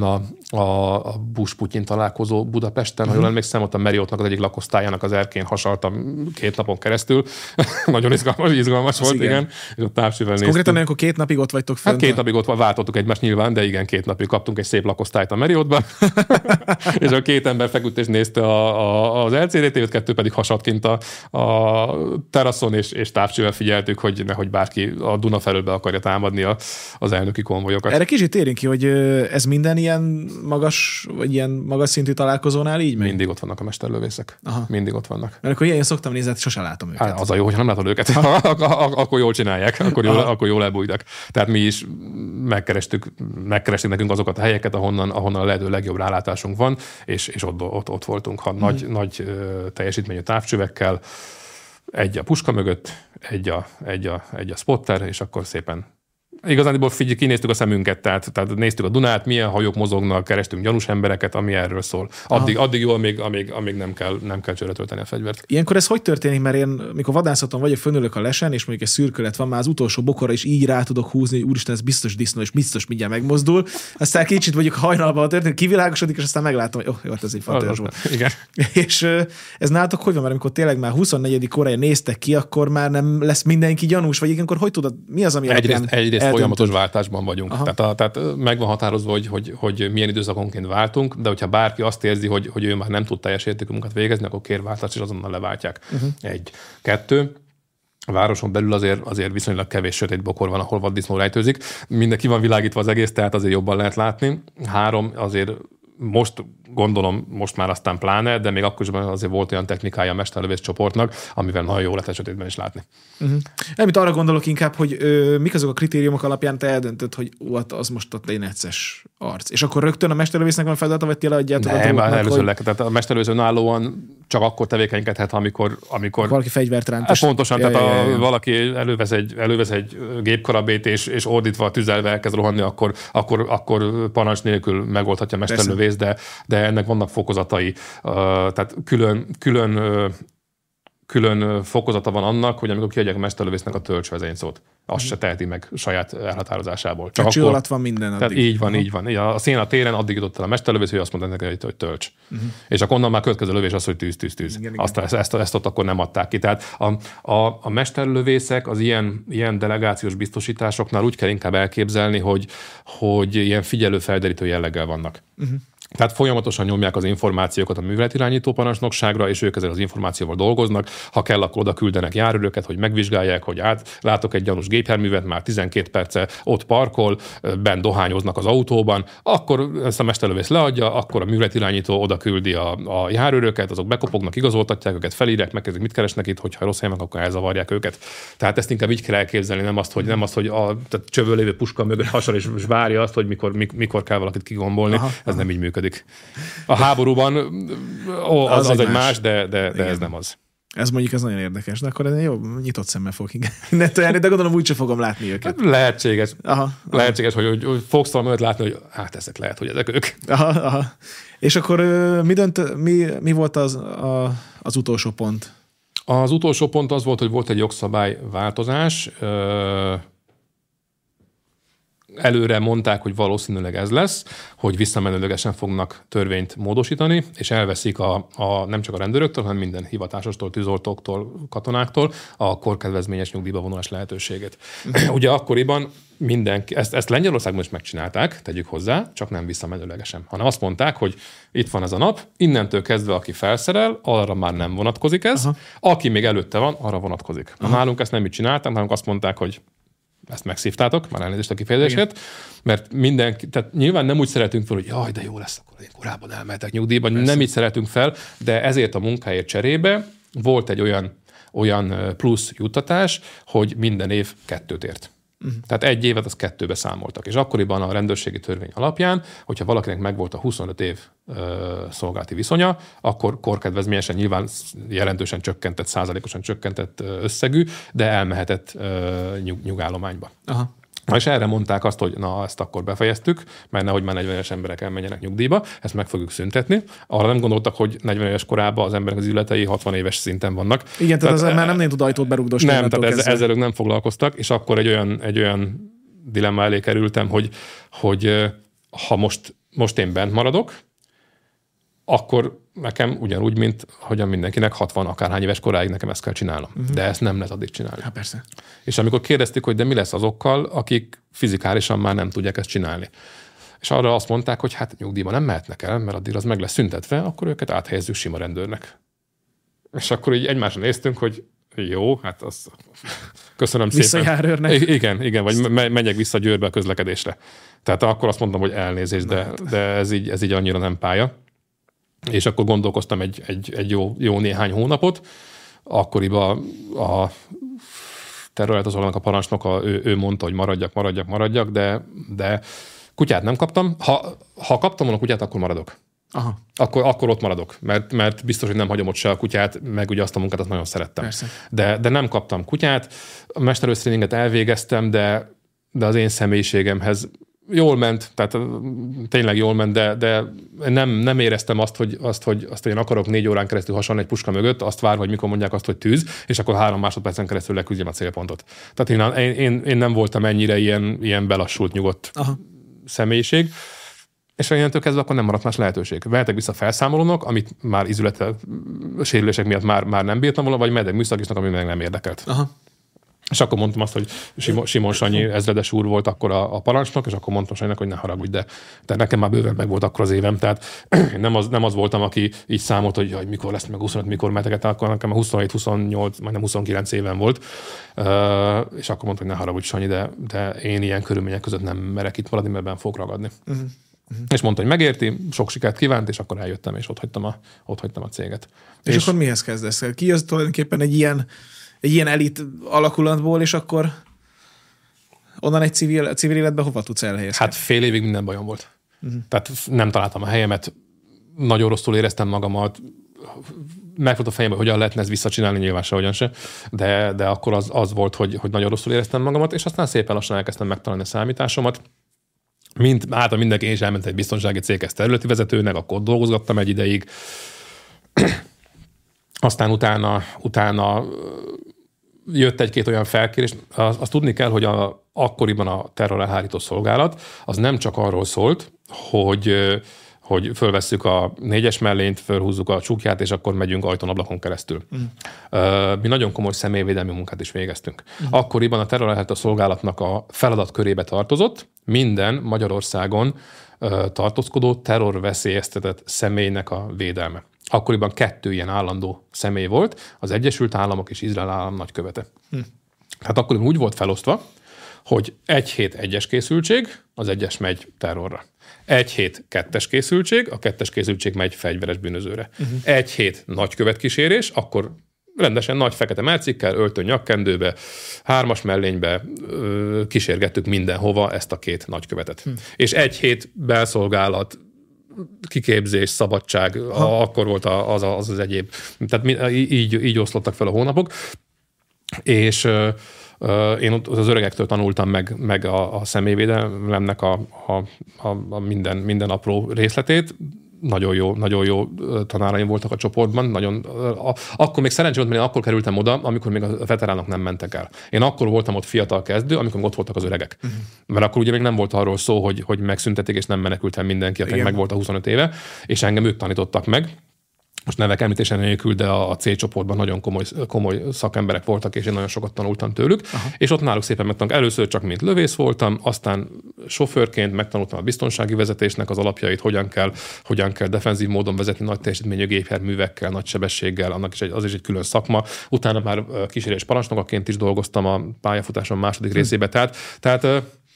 a Bush-Putyin találkozó Budapesten, ha jól emlékszem, ott a Marriottnak az egyik lakosztályának az erkén hasaltam 2 napon keresztül. Nagyon izgalmas volt, igen. És a távcsővel néztünk. Konkrétan akkor 2 napig ott vagytok fönt? Hát 2 napig ott váltottuk egymást nyilván, de igen, 2 napig kaptunk egy szép lakosztályt a Marriottban. És a 2 ember feküdt és nézte az LCD TV-t, 2 pedig hasadt kint a teraszon, és távcsővel figyeltük, hogy nehogy bárki a Duna felől be akarja támadni az elnöki konvojokat. Erre kicsit térjünk ki, hogy ez minden ilyen magas, vagy ilyen magas szintű találkozónál így megy? Mindig ott vannak a mesterlövészek. Mindig ott vannak. Mert akkor ilyen szoktam nézni, sosem látom őket. Hát, az a jó, hogyha nem látod őket, akkor jól csinálják, akkor jól elbújtak. Tehát mi is megkerestük nekünk azokat a helyeket, ahonnan a lehető legjobb rálátásunk van, és ott voltunk, ha nagy teljesítményű távcsövekkel, egy a puska mögött, egy a spotter, és akkor szépen igazándiból kinéztük a szemünket, tehát néztük a Dunát, milyen hajók mozognak, kerestünk gyanús embereket, ami erről szól. Addig jó, amíg nem kell csőre tölteni a fegyvert. Ilyenkor ez hogy történik? Mert én, mikor vadászaton vagyok, fölülök a lesen, és mondjuk egy szürkület van, már az utolsó bokorra is így rá tudok húzni, hogy úristen, ez biztos disznó, és biztos mindjárt megmozdul. Aztán kicsit mondjuk hajnalban történik, kivilágosodik, és aztán meglátom, hogy jó, ez egy fatőrs volt. Igen. És ez nálatok hogy van, mert amikor tényleg már 24. órája néztek ki, akkor már nem lesz mindenki gyanús, vagy ilyenkor hogy tudod, mi az, ami egyrészt folyamatos váltásban vagyunk. Tehát meg van határozva, hogy milyen időszakonként váltunk, de hogyha bárki azt érzi, hogy ő már nem tud teljes értékű munkát végezni, akkor kér váltást, és azonnal leváltják. 1. 2. A városon belül azért viszonylag kevés sötét bokor van, ahol vaddisznó rejtőzik. Mindenki van világítva az egész, tehát azért jobban lehet látni. 3. azért gondolom most már aztán pláne, de még akkor is azért volt olyan technikája a mesterlövész csoportnak, amivel nagyon jó lehet sötétben is látni. Nem, itt arra gondolok inkább, hogy mik azok a kritériumok alapján te eldöntöd, hogy az most ott egy necces arc. És akkor rögtön a mesterlövésznek van feladata, vagy ti leadjátok a dolgoknak, először tehát a mesterlövész önállóan csak akkor tevékenykedhet, amikor valaki fegyvert ránt. Hát pontosan, valaki elővesz egy gépkarabét, és ordítva, tüzelve elkezd rohanni, akkor parancs nélkül megoldhatja a mesterlövész, de ennek vannak fokozatai. Tehát külön fokozata van annak, hogy amikor kiadják a mesterlövésznek a tölcsvezényszót. Azt se teheti meg saját elhatározásából. Csak cső alatt van minden addig. Tehát így van. A szén a téren addig jutott el a mesterlövész, hogy azt mondta neki, hogy tölts. És akkor onnan már következő lövés az, hogy tűz. Igen. Ezt ott akkor nem adták ki. Tehát a mesterlövészek az ilyen delegációs biztosításoknál úgy kell inkább elképzelni, hogy ilyen figyelő felderítő jelleggel vannak. Tehát folyamatosan nyomják az információkat a műveletirányító parancsnokságra, és ők ezzel az információval dolgoznak. Ha kell, akkor oda küldenek járőröket, hogy megvizsgálják, hogy látok egy gyanús gépjárművet, már 12 perce ott parkol, benn dohányoznak az autóban, akkor ezt a mesterlövész leadja, akkor a műveletirányító oda küldi a járőröket, azok bekopognak, igazoltatják őket, felírják, megkezdik, mit keresnek itt, hogyha rossz helyen, akkor elzavarják őket. Tehát ezt inkább így kell elképzelni, nem azt, hogy a csövön lévő puska mögött hasonl és várja azt, hogy mikor kell valakit kigombolni. Ez nem így működik. A háborúban az egy más, de ez nem az. Ez mondjuk ez nagyon érdekes, de akkor jó, nyitott szemmel fogok innen tojálni, de gondolom úgyse fogom látni őket. Lehetséges. Lehetséges, hogy fogsz valamit látni, hogy hát ezek lehet, hogy ezek ők. És akkor mi volt az utolsó pont? Az utolsó pont az volt, hogy volt egy jogszabályváltozás. Előre mondták, hogy valószínűleg ez lesz, hogy visszamenőlegesen fognak törvényt módosítani, és elveszik nem csak a rendőröktől, hanem minden hivatásostól, tűzoltóktól, katonáktól a korkedvezményes nyugdíjba vonulás lehetőségét. Ugye akkoriban ezt Lengyelországban is megcsinálták, tegyük hozzá, csak nem visszamenőlegesen, hanem azt mondták, hogy itt van ez a nap, innentől kezdve, aki felszerel, arra már nem vonatkozik ez, aki még előtte van, arra vonatkozik. Nálunk ezt nem így csináltam, hanem azt mondták, hogy ezt megszívtátok, már elnézést a kifejezését, mert tehát nyilván nem úgy szeretünk fel, hogy jaj, de jó lesz, akkor én korábban elmehetek nyugdíjba, nem így szeretünk fel, de ezért a munkáért cserébe volt egy olyan plusz juttatás, hogy minden év 2 ért. Tehát 1 évet az 2-be számoltak. És akkoriban a rendőrségi törvény alapján, hogyha valakinek megvolt a 25 év szolgálati viszonya, akkor korkedvezményesen nyilván jelentősen csökkentett, százalékosan csökkentett összegű, de elmehetett nyugállományba. Aha. Na és erre mondták azt, hogy na, ezt akkor befejeztük, mert nehogy már 40 éves emberek elmenjenek nyugdíjba, ezt meg fogjuk szüntetni. Arra nem gondoltak, hogy 40 éves korában az emberek az üzletei 60 éves szinten vannak. Igen, tehát az már nem tud ajtót berugdosni. Nem, tehát ezzel ők nem foglalkoztak, és akkor egy olyan dilemma elé kerültem, hogy ha most én bent maradok, akkor nekem ugyanúgy, mint hogyan mindenkinek 60 akárhány éves koráig nekem ezt kell csinálnom. De ezt nem lehet addig csinálni. Hát persze. És amikor kérdezték, hogy de mi lesz azokkal, akik fizikálisan már nem tudják ezt csinálni. És arra azt mondták, hogy hát nyugdíjba nem mehetnek el, mert addig az meg lesz szüntetve, akkor őket áthelyezzük sima rendőrnek. És akkor így egymásra néztünk, hogy jó, hát az köszönöm szépen. Visszajár őrnek. Igen, vagy menjek vissza Győrbe a közlekedésre. Tehát akkor azt mondtam, hogy elnézést, de ez így annyira nem pálya. És akkor gondolkoztam egy jó néhány hónapot. Akkoriban a területozónak a parancsnoka, ő mondta, hogy maradjak, de kutyát nem kaptam. Ha kaptam volna kutyát, akkor maradok. Aha. Akkor ott maradok, mert biztos, hogy nem hagyom ott se a kutyát, meg ugye azt a munkát azt nagyon szerettem. Persze. De nem kaptam kutyát. A mesterősztréninget elvégeztem, de az én személyiségemhez jól ment, tehát tényleg jól ment, de nem éreztem azt, hogy én akarok 4 órán keresztül hasalni egy puska mögött, azt várva, hogy mikor mondják azt, hogy tűz, és akkor 3 másodpercen keresztül leküzdjem a célpontot. Tehát én nem voltam ennyire ilyen belassult, nyugodt személyiség, és innentől kezdve akkor nem maradt más lehetőség. Vehetek vissza felszámolónak, amit már izülete sérülések miatt már nem bírtam volna, vagy mehetek műszakisnak, ami meg nem érdekelt. Aha. És akkor mondtam azt, hogy Simon Sanyi ezredes úr volt akkor a parancsnok, és akkor mondtam Sanyinak, hogy ne haragudj, de nekem már bőven meg volt akkor az évem, tehát nem az voltam, aki így számolt, hogy mikor lesz meg 25, mikor meheteket, akkor nekem 27, 28, majdnem 29 éven volt, és akkor mondtam, hogy ne haragudj, Sanyi, de én ilyen körülmények között nem merek itt maradni, mert benn fogok ragadni. És mondta, hogy megérti, sok sikert kívánt, és akkor eljöttem, és ott hagytam a céget. És akkor mihez kezdesz? Ki az tulajdonképpen egy ilyen elit alakulatból, és akkor onnan egy civil életbe hova tudsz elhelyezni? Hát fél évig minden bajom volt. Tehát nem találtam a helyemet, nagyon rosszul éreztem magamat, megfogott a fejembe, hogyan lehetne ezt visszacsinálni, nyilván sehogyan se, de akkor az volt, hogy nagyon rosszul éreztem magamat, és aztán szépen lassan elkezdtem megtalálni a számításomat. Mindenki is elment egy biztonsági céghez területi vezetőnek, akkor dolgozgattam egy ideig. Aztán utána jött egy-két olyan felkérés. Azt tudni kell, hogy akkoriban a terrorelhárító szolgálat az nem csak arról szólt, hogy fölvesszük a 4-es mellényt, fölhúzzuk a csukját, és akkor megyünk ajtón, ablakon keresztül. Mi nagyon komoly személyvédelmi munkát is végeztünk. Akkoriban a terrorelhárító szolgálatnak a feladatkörébe tartozott minden Magyarországon tartózkodó terrorveszélyeztetett személynek a védelme. Akkoriban 2 ilyen állandó személy volt, az Egyesült Államok és Izrael állam nagykövete. Tehát akkoriban úgy volt felosztva, hogy 1 hét 1-es készültség, az 1-es megy terrorra. 1 hét 2-es készültség, a 2-es készültség megy fegyveres bűnözőre. 1 hét nagykövetkísérés, akkor rendesen nagy fekete melcikkel, öltön nyakkendőbe, 3-as mellénybe kísérgettük mindenhova ezt a 2 nagykövetet. És 1 hét belszolgálat, kiképzés, szabadság, akkor volt az egyéb. Tehát így oszlottak fel a hónapok, és én az öregektől tanultam meg a személyvédelemnek a minden apró részletét. Nagyon jó tanáraim voltak a csoportban. Akkor még szerencsé volt, mert én akkor kerültem oda, amikor még a veteránok nem mentek el. Én akkor voltam ott fiatal kezdő, amikor ott voltak az öregek. Mert akkor ugye még nem volt arról szó, hogy megszüntetik, és nem menekült el mindenki, akinek meg volt a 25 éve, és engem ők tanítottak meg. Most nevek említésen nélkül, de a C csoportban nagyon komoly szakemberek voltak, és én nagyon sokat tanultam tőlük. És ott náluk szépen megtanultam. Először csak mint lövész voltam, aztán sofőrként megtanultam a biztonsági vezetésnek az alapjait, hogyan kell defenzív módon vezetni nagy teljesítményű gépjárművekkel, nagy sebességgel, az is egy külön szakma. Utána már kísérés parancsnokaként is dolgoztam a pályafutásom második részébe. Tehát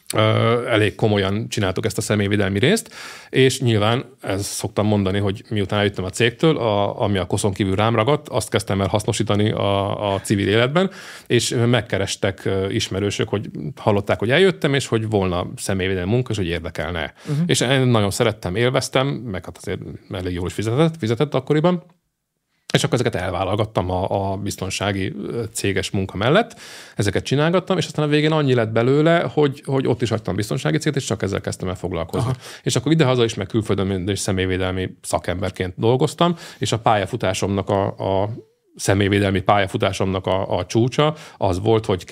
elég komolyan csináltuk ezt a személyvédelmi részt, és nyilván ezt szoktam mondani, hogy miután eljöttem a cégtől, ami a koszon kívül rám ragadt, azt kezdtem el hasznosítani a civil életben, és megkerestek ismerősök, hogy hallották, hogy eljöttem, és hogy volna személyvédelmi munka, és hogy érdekelne. És én nagyon szerettem, élveztem, meg hát azért elég jól is fizetett akkoriban, és akkor ezeket elvállalgattam a biztonsági céges munka mellett, ezeket csinálgattam, és aztán a végén annyi lett belőle, hogy ott is hagytam biztonsági céget, és csak ezzel kezdtem el foglalkozni. Aha. És akkor idehaza is, meg külföldön is személyvédelmi szakemberként dolgoztam, és a pályafutásomnak a személyvédelmi pályafutásomnak a csúcsa az volt, hogy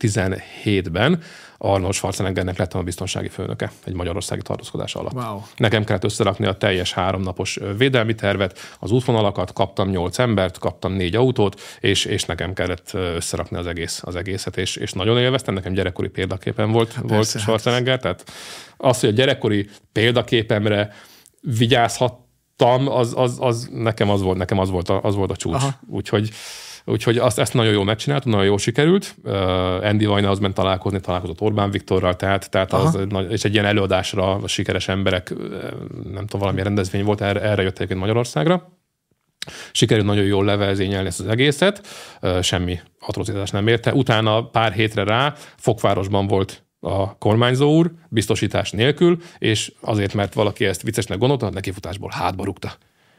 2017-ben Arnold Schwarzeneggernek lettem a biztonsági főnöke egy magyarországi tartózkodás alatt. Wow. Nekem kellett összerakni a teljes 3 napos védelmi tervet, az útvonalakat, kaptam 8 embert, kaptam 4 autót, és nekem kellett összerakni az egészet, és nagyon élveztem, nekem gyerekkori példaképen volt Schwarzenegger, tehát az, hogy a gyerekkori példaképemre vigyázhattam, nekem az volt a csúcs. Aha. Úgyhogy ezt nagyon jól megcsináltam, nagyon jól sikerült. Andy Vajna ment találkozott Orbán Viktorral, tehát és egy ilyen előadásra a sikeres emberek, nem tudom, valamilyen rendezvény volt, erre jött egyébként Magyarországra. Sikerült nagyon jól levezényelni ezt az egészet, semmi atrocitás nem érte. Utána pár hétre rá Fokvárosban volt a kormányzó úr, biztosítás nélkül, és azért, mert valaki ezt viccesnek gondolta, nekifutásból hátba rúgta.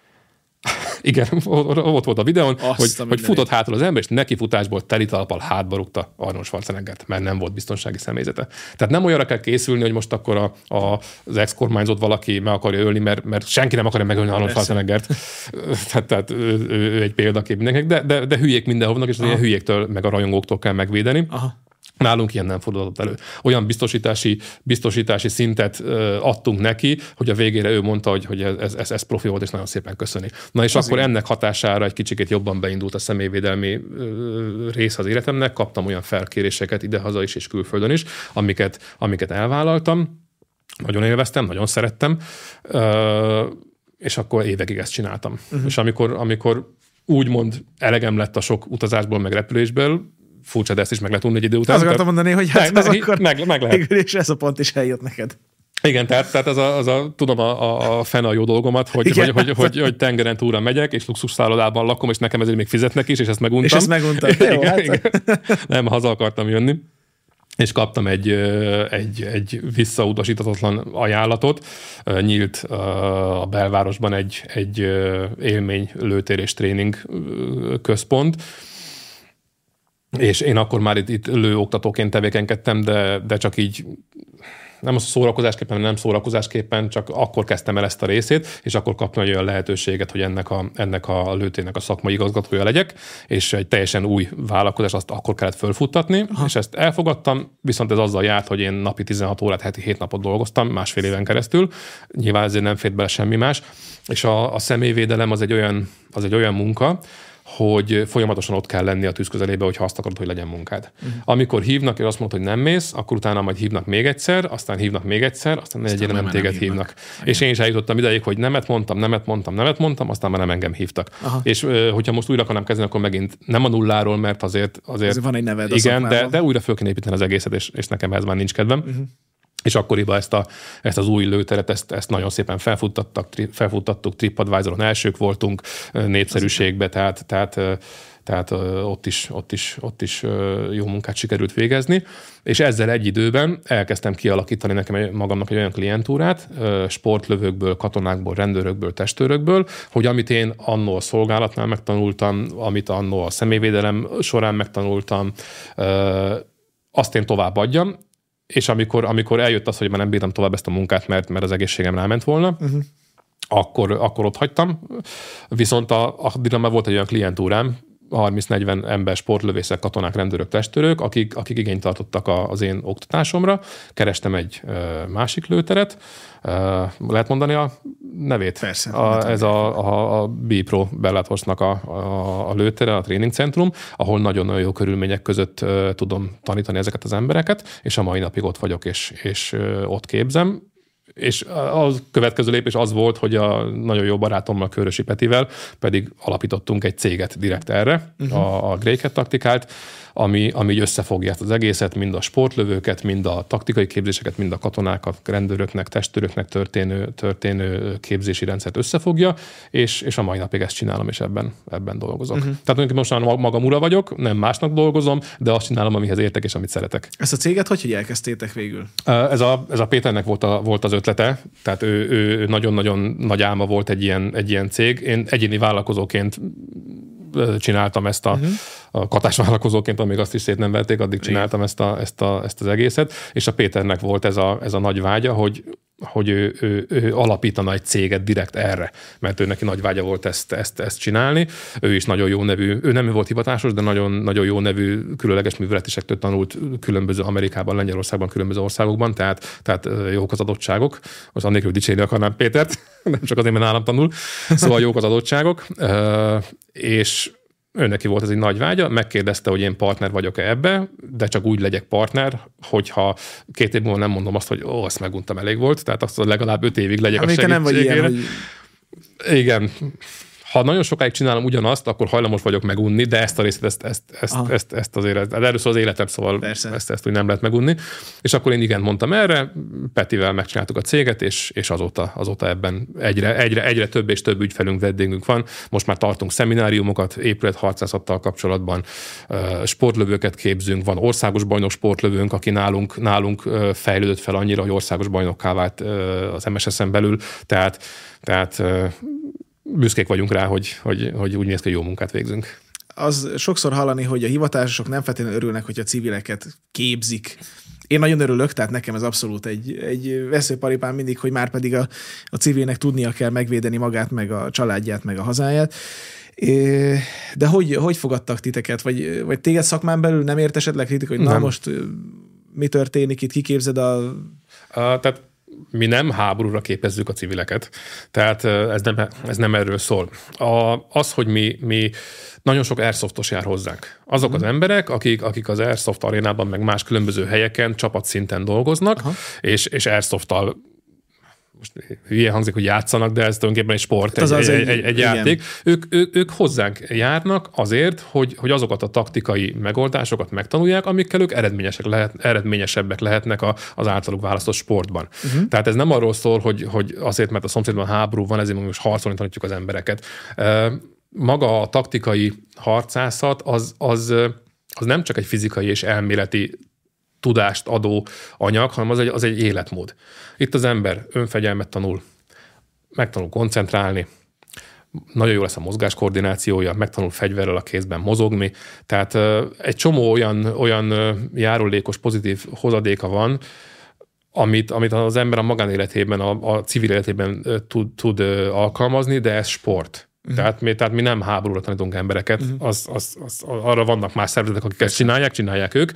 Igen, ott volt a videón, hogy futott hátul az ember, és nekifutásból teli talppal hátba rúgta Arnold Schwarzeneggert, mert nem volt biztonsági személyzete. Tehát nem olyanra kell készülni, hogy most akkor az ex-kormányzót valaki meg akarja ölni, mert senki nem akarja megölni Arnold Schwarzeneggert. Tehát ő egy példakép mindenkinek, de hülyék mindenhovnak, és az ilyen hülyéktől, meg a rajongóktól kell megvédeni. Aha. Nálunk ilyen nem fordulhatott elő. Olyan biztosítási szintet adtunk neki, hogy a végére ő mondta, hogy ez profi volt, és nagyon szépen köszöni. Na és akkor ennek hatására egy kicsikét jobban beindult a személyvédelmi rész az életemnek, kaptam olyan felkéréseket idehaza is és külföldön is, amiket elvállaltam, nagyon élveztem, nagyon szerettem, és akkor évekig ezt csináltam. És amikor úgymond elegem lett a sok utazásból, meg repülésből, furcsa, de ezt is meg lehet tudni egy idő után. Azt akartam mondani, hogy akkor meg lehet. És ez a pont is eljött neked. Igen, tehát tudom a fene a jó dolgomat, hogy tengeren túlra megyek, és luxusszállodában lakom, és nekem ezért még fizetnek is, és ezt meguntam. És ezt meguntam. Jó, igen. Nem, haza akartam jönni. És kaptam egy visszautasítatlan ajánlatot. Nyílt a belvárosban egy élmény lőtér és tréning központ, és én akkor már itt lőoktatóként tevékenykedtem, de csak így nem az szórakozásképpen, nem szórakozásképpen, csak akkor kezdtem el ezt a részét, és akkor kaptam egy olyan lehetőséget, hogy ennek a lőtérnek a szakmai igazgatója legyek, és egy teljesen új vállalkozás, azt akkor kellett fölfuttatni, és ezt elfogadtam, viszont ez azzal járt, hogy én napi 16 órát, heti 7 napot dolgoztam, 1,5 éven keresztül, nyilván ezért nem fért bele semmi más, és a személyvédelem az egy olyan munka, hogy folyamatosan ott kell lenni a tűz közelébe, hogyha azt akarod, hogy legyen munkád. Amikor hívnak, és azt mondod, hogy nem mész, akkor utána majd hívnak még egyszer, aztán hívnak még egyszer, aztán egyre nem téged hívnak. És én is eljutottam ideig, hogy nemet mondtam, aztán már nem engem hívtak. Aha. És hogyha most újra akarnám kezdeni, akkor megint nem a nulláról, mert azért van egy neved. Igen, de újra föl kell építeni az egészet, és nekem ez már nincs kedvem. És akkoriban ezt az új lőteret, ezt nagyon szépen felfuttattuk, TripAdvisoron elsők voltunk népszerűségbe, tehát ott is jó munkát sikerült végezni, és ezzel egy időben elkezdtem kialakítani nekem magamnak egy olyan klientúrát, sportlövőkből, katonákból, rendőrökből, testőrökből, hogy amit én annó a szolgálatnál megtanultam, amit annó a személyvédelem során megtanultam, azt én továbbadjam. És amikor eljött az, hogy már nem bírtam tovább ezt a munkát, mert az egészségem ráment volna, akkor ott hagytam. Viszont addigra már volt egy olyan klientúrám, 30-40 ember, sportlövészek, katonák, rendőrök, testőrök, akik igényt tartottak az én oktatásomra. Kerestem egy másik lőteret. Lehet mondani a nevét? Persze. Ez a B-Pro Bellatornak a lőtere, a tréningcentrum, ahol nagyon-nagyon jó körülmények között tudom tanítani ezeket az embereket, és a mai napig ott vagyok, és ott képzem. És a következő lépés az volt, hogy a nagyon jó barátommal, Körösi Petivel pedig alapítottunk egy céget direkt erre, a Grey Cat taktikát, ami így összefogja ezt az egészet, mind a sportlövőket, mind a taktikai képzéseket, mind a katonákat, rendőröknek, testőröknek történő képzési rendszert összefogja, és a mai napig ezt csinálom, és ebben dolgozok. Tehát most már magam ura vagyok, nem másnak dolgozom, de azt csinálom, amihez értek, és amit szeretek. Ezt a céget hogy elkezdtétek végül? Ez a Péternek volt az ötlete, tehát ő nagyon-nagyon nagy álma volt egy ilyen cég. Én egyéni vállalkozóként csináltam ezt a katásvállalkozóként, amíg azt is szét nem vették, addig csináltam ezt az egészet, és a Péternek volt ez a nagy vágya, hogy ő alapítana egy céget direkt erre, mert ő neki nagy vágya volt ezt csinálni. Ő is nagyon jó nevű, ő nem volt hivatásos, de nagyon, nagyon jó nevű különleges műveletisektől tanult különböző Amerikában, Lengyelországban, különböző országokban, tehát jók az adottságok. Most annélkül dicsérni akarnám Pétert, nem csak azért, mert nálam tanul. Szóval jók az adottságok, és neki volt ez egy nagy vágya, megkérdezte, hogy én partner vagyok-e ebbe, de csak úgy legyek partner, hogyha 2 év múlva nem mondom azt, hogy azt meguntam, elég volt, tehát azt legalább 5 évig legyek a segítségére. Nem vagy ilyen, hogy... Igen. Ha nagyon sokáig csinálom ugyanazt, akkor hajlamos vagyok megunni, de ezt a részét, ezt azért, erről szól az életem, szóval ezt úgy nem lehet megunni. És akkor én igen mondtam erre, Petivel megcsináltuk a céget, és azóta ebben egyre több és több ügyfelünk, vendégünk van. Most már tartunk szemináriumokat, épületharcászattal kapcsolatban, sportlövőket képzünk, van országos bajnok sportlövőnk, aki nálunk fejlődött fel annyira, hogy országos bajnokká vált az MSS-en belül, tehát büszkék vagyunk rá, hogy úgy néz ki, hogy jó munkát végzünk. Az sokszor hallani, hogy a hivatásosok nem feltétlenül örülnek, hogy a civileket képzik. Én nagyon örülök, tehát nekem ez abszolút egy veszőparipám mindig, hogy már pedig a civilnek tudnia kell megvédeni magát, meg a családját, meg a hazáját. De hogy fogadtak titeket? Vagy téged szakmán belül nem ért esetleg kritika, hogy na most mi történik itt, kiképzed tehát mi nem háborúra képezzük a civileket, tehát ez nem erről szól. Az, hogy mi nagyon sok airsoftos jár hozzánk. Azok az emberek, akik az airsoft arénában, meg más különböző helyeken csapatszinten dolgoznak, és airsofttal most hülye hangzik, hogy játszanak, de ez tulajdonképpen egy sport, egy játék. Ők hozzánk járnak azért, hogy azokat a taktikai megoldásokat megtanulják, amikkel ők eredményesebbek lehetnek az általuk választott sportban. Tehát ez nem arról szól, hogy azért, mert a szomszédban háború van, ezért most harcolni tanítjuk az embereket. Maga a taktikai harcászat az nem csak egy fizikai és elméleti tudást adó anyag, hanem az egy életmód. Itt az ember önfegyelmet tanul, megtanul koncentrálni, nagyon jó lesz a mozgáskoordinációja, megtanul fegyverrel a kézben mozogni, tehát egy csomó olyan járulékos, pozitív hozadéka van, amit az ember a magánéletében, a civil életében tud alkalmazni, de ez sport. Tehát mi nem háborúra tanítunk embereket, arra vannak más szervezetek, akik ezt csinálják ők.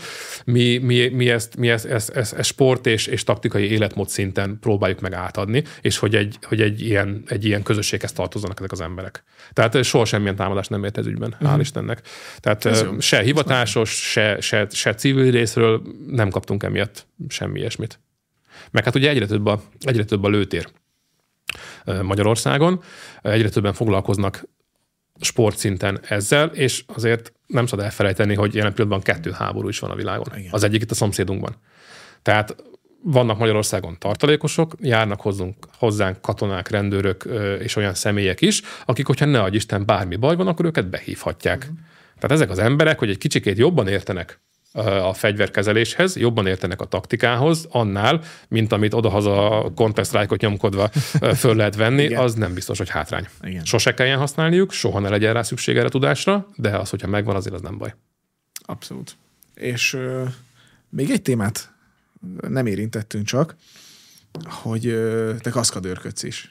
Mi ezt sport és taktikai életmód szinten próbáljuk meg átadni, és hogy egy ilyen közösséghez tartozzanak ezek az emberek. Tehát soha semmilyen támadást nem ért ez ügyben, hál' Istennek. Tehát se hivatásos, se civil részről nem kaptunk emiatt semmi ilyesmit. Meg hát ugye egyre több a lőtér Magyarországon, egyre többen foglalkoznak sportszinten ezzel, és azért nem szabad elfelejteni, hogy jelen pillanatban 2 háború is van a világon. Igen. Az egyik itt a szomszédunkban. Tehát vannak Magyarországon tartalékosok, járnak hozzánk katonák, rendőrök és olyan személyek is, akik, hogyha ne adj Isten bármi baj van, akkor őket behívhatják. Tehát ezek az emberek, hogy egy kicsikét jobban értenek a fegyverkezeléshez, jobban értenek a taktikához, annál, mint amit odahaza Counter-Strike-ot nyomkodva föl lehet venni, igen. Az nem biztos, hogy hátrány. Igen. Sose kelljen használniuk, soha ne legyen rá szükség erre tudásra, de az, hogyha megvan, azért az nem baj. Abszolút. És még egy témát nem érintettünk csak, hogy te kaszkadőrködsz is.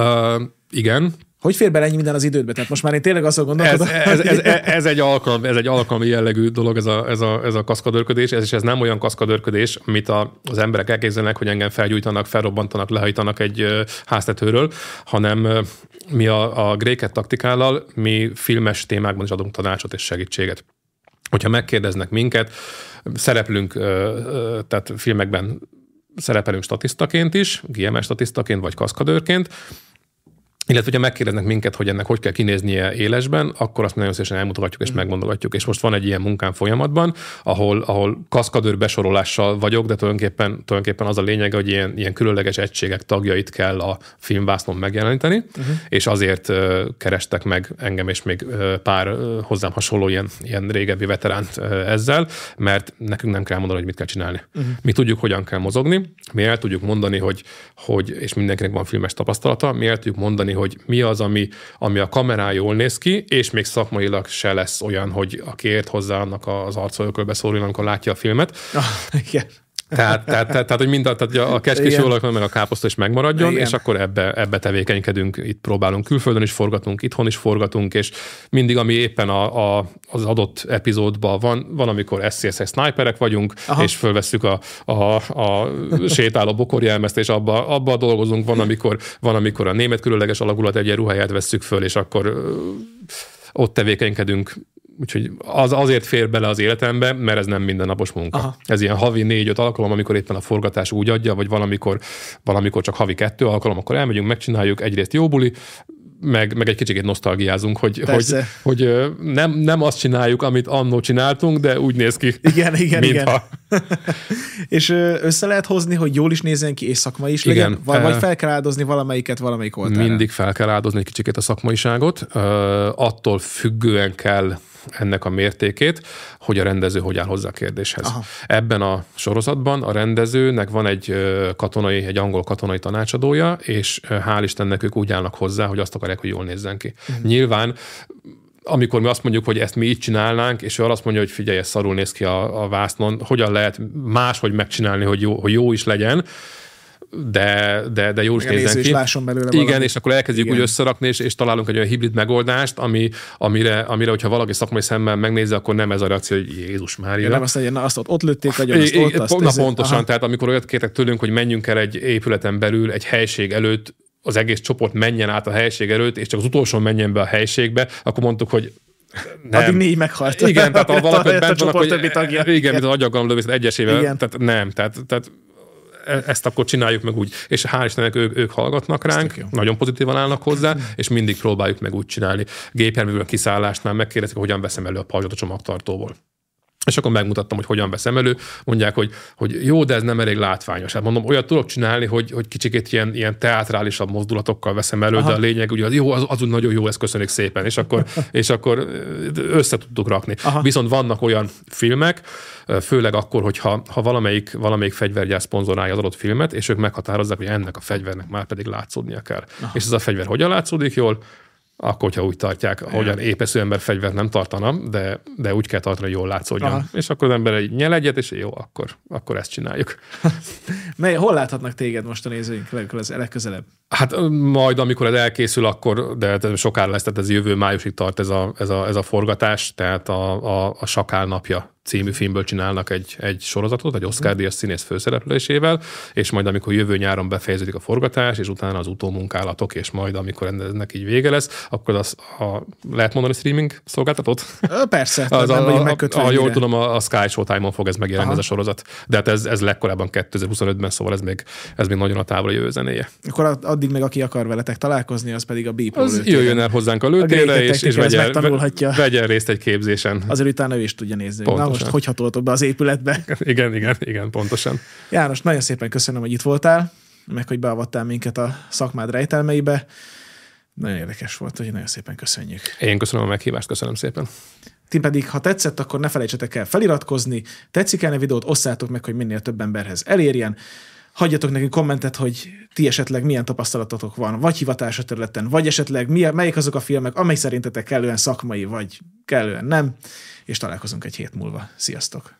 Igen. Hogy fér bele ennyi minden az idődbe? Tehát most már én tényleg azt gondolkodom. Ez egy alkalmi jellegű dolog, ez a kaszkadőrködés, és ez nem olyan kaszkadőrködés, amit az emberek elképzelnek, hogy engem felgyújtanak, felrobbantanak, lehajtanak egy háztetőről, hanem mi a Grey Cat taktikállal mi filmes témákban is adunk tanácsot és segítséget. Hogyha megkérdeznek minket, szereplünk, tehát filmekben szerepelünk statisztaként is, GMS statisztaként vagy kaszkadőrként, illetve, hogyha megkérdeznek minket, hogy ennek hogy kell kinéznie élesben, akkor azt nagyon szívesen elmutogatjuk és megmondogatjuk. És most van egy ilyen munkám folyamatban, ahol kaszkadőr besorolással vagyok, de tulajdonképpen az a lényeg, hogy ilyen különleges egységek tagjait kell a filmvásznon megjeleníteni, és azért kerestek meg engem és még pár hozzám hasonló ilyen régebbi veteránt ezzel, mert nekünk nem kell mondani, hogy mit kell csinálni. Mi tudjuk, hogyan kell mozogni, mi el tudjuk mondani, hogy és mindenkinek van filmes tapasztalata, mi el tudjuk mondani, hogy mi az, ami a kamerán jól néz ki, és még szakmailag se lesz olyan, hogy aki ért hozzá, annak az arcolókölbe szóljon, amikor látja a filmet. Igen. Tehát hogy a kecskés jól alakul, meg a káposzta is megmaradjon, Igen. és akkor ebbe tevékenykedünk, itt próbálunk külföldön is forgatunk, itthon is forgatunk, és mindig, ami éppen az adott epizódban van, amikor SCSS sniperek vagyunk, és fölvesszük a sétáló bokorjelmezt, és abba dolgozunk, van, amikor a német különleges alakulat egyenruháját vesszük föl, és akkor ott tevékenykedünk. Úgyhogy azért fér bele az életembe, mert ez nem mindennapos munka. Aha. Ez ilyen havi 4-5 alkalom, amikor éppen a forgatás úgy adja, vagy valamikor csak havi 2 alkalom, akkor elmegyünk, megcsináljuk, egyrészt jó buli, meg egy kicsit nosztalgiázunk, hogy nem azt csináljuk, amit annó csináltunk, de úgy néz ki, igen. És össze lehet hozni, hogy jól is nézzen ki, és szakmai is legyen? Vagy fel kell áldozni valamelyik oltára? Mindig fel kell áldozni egy kicsit a szakmaiságot. Attól függően kell ennek a mértékét, hogy a rendező hogy áll hozzá a kérdéshez. Aha. Ebben a sorozatban a rendezőnek van egy angol katonai tanácsadója, és hál' Istennek ők úgy állnak hozzá, hogy azt akarják, hogy jól nézzen ki. Nyilván, amikor mi azt mondjuk, hogy ezt mi így csinálnánk, és ő azt mondja, hogy figyelj, ez szarul néz ki a vásznon, hogyan lehet máshogy megcsinálni, hogy jó is legyen, de jól is nézzen ki. Igen, és akkor elkezdjük úgy összerakni, és találunk egy olyan hibrid megoldást, amire, hogyha valaki szakmai szemmel megnézi, akkor nem ez a reakció, hogy Jézus Mária. Nem azt mondja, azt ott lőtték, pontosan, tehát amikor olyat kértek tőlünk, hogy menjünk el egy épületen belül, egy helység előtt, az egész csoport menjen át a helység előtt, és csak az utolsó menjen be a helységbe, akkor mondtuk, hogy nem. Addig 4 meghalt. Igen, tehát a valaki bent van, hogy igen, mint az agyaggalam lövés egyesével, tehát nem, tehát ezt akkor csináljuk meg úgy. És hál' Istennek ők hallgatnak ránk, nagyon pozitívan állnak hozzá, és mindig próbáljuk meg úgy csinálni. Gépjárművől kiszállásnál megkérdezik, hogyan veszem elő a pajzsot a csomagtartóból. És akkor megmutattam, hogy hogyan veszem elő. Mondják, hogy jó, de ez nem elég látványos. Hát mondom, olyat tudok csinálni, hogy kicsikét ilyen teátrálisabb mozdulatokkal veszem elő, de a lényeg, ugye az úgy nagyon jó, ezt köszönjük szépen, és akkor össze tudtuk rakni. Aha. Viszont vannak olyan filmek, főleg akkor, hogyha valamelyik fegyvergyár szponzorálja az adott filmet, és ők meghatározzák, hogy ennek a fegyvernek már pedig látszódnia kell. Aha. És ez a fegyver hogyan látszódik jól? Akkor, hogyha úgy tartják, ahogyan épesző ember fegyvert nem tartana, de úgy kell tartani, hogy jól látszódjon. Aha. És akkor az ember egy nyel egyet, és jó, akkor ezt csináljuk. Hol láthatnak téged most a nézőink legközelebb? Hát majd, amikor ez elkészül, akkor, de sokára lesz, tehát ez jövő májusig tart ez a forgatás, tehát a Sakál napja című filmből csinálnak egy sorozatot, egy Oscar-díjas színész főszereplésével, és majd amikor jövő nyáron befejeződik a forgatás, és utána az utómunkálatok, és majd amikor ennek így vége lesz, akkor lehet mondani streaming szolgáltatót? Persze. Ha jól tudom, a Sky Showtime-on fog ez megjelenni, ez a sorozat. De hát ez legkorábban 2025-ben, szóval ez még nagyon a távoli jövő zenéje. Akkor addig meg aki akar veletek találkozni, az pedig a B-Pro az jöjjön el hozzánk a lőtérre, és vegyen részt egy képzésen. Azért utána ő is tudja nézni. Na most hogy hatoltok be az épületbe? Igen, pontosan. János, nagyon szépen köszönöm, hogy itt voltál, meg hogy beavattál minket a szakmád rejtelmeibe. Nagyon érdekes volt, hogy nagyon szépen köszönjük. Én köszönöm a meghívást, köszönöm szépen. Ti pedig, ha tetszett, akkor ne felejtsetek el feliratkozni, tetszik el a videót, osszátok meg, hogy minél több emberhez elérjen. Hagyjatok nekünk kommentet, hogy ti esetleg milyen tapasztalatotok van, vagy hivatása területen, vagy esetleg melyik azok a filmek, amely szerintetek kellően szakmai, vagy kellően nem, és találkozunk egy hét múlva. Sziasztok!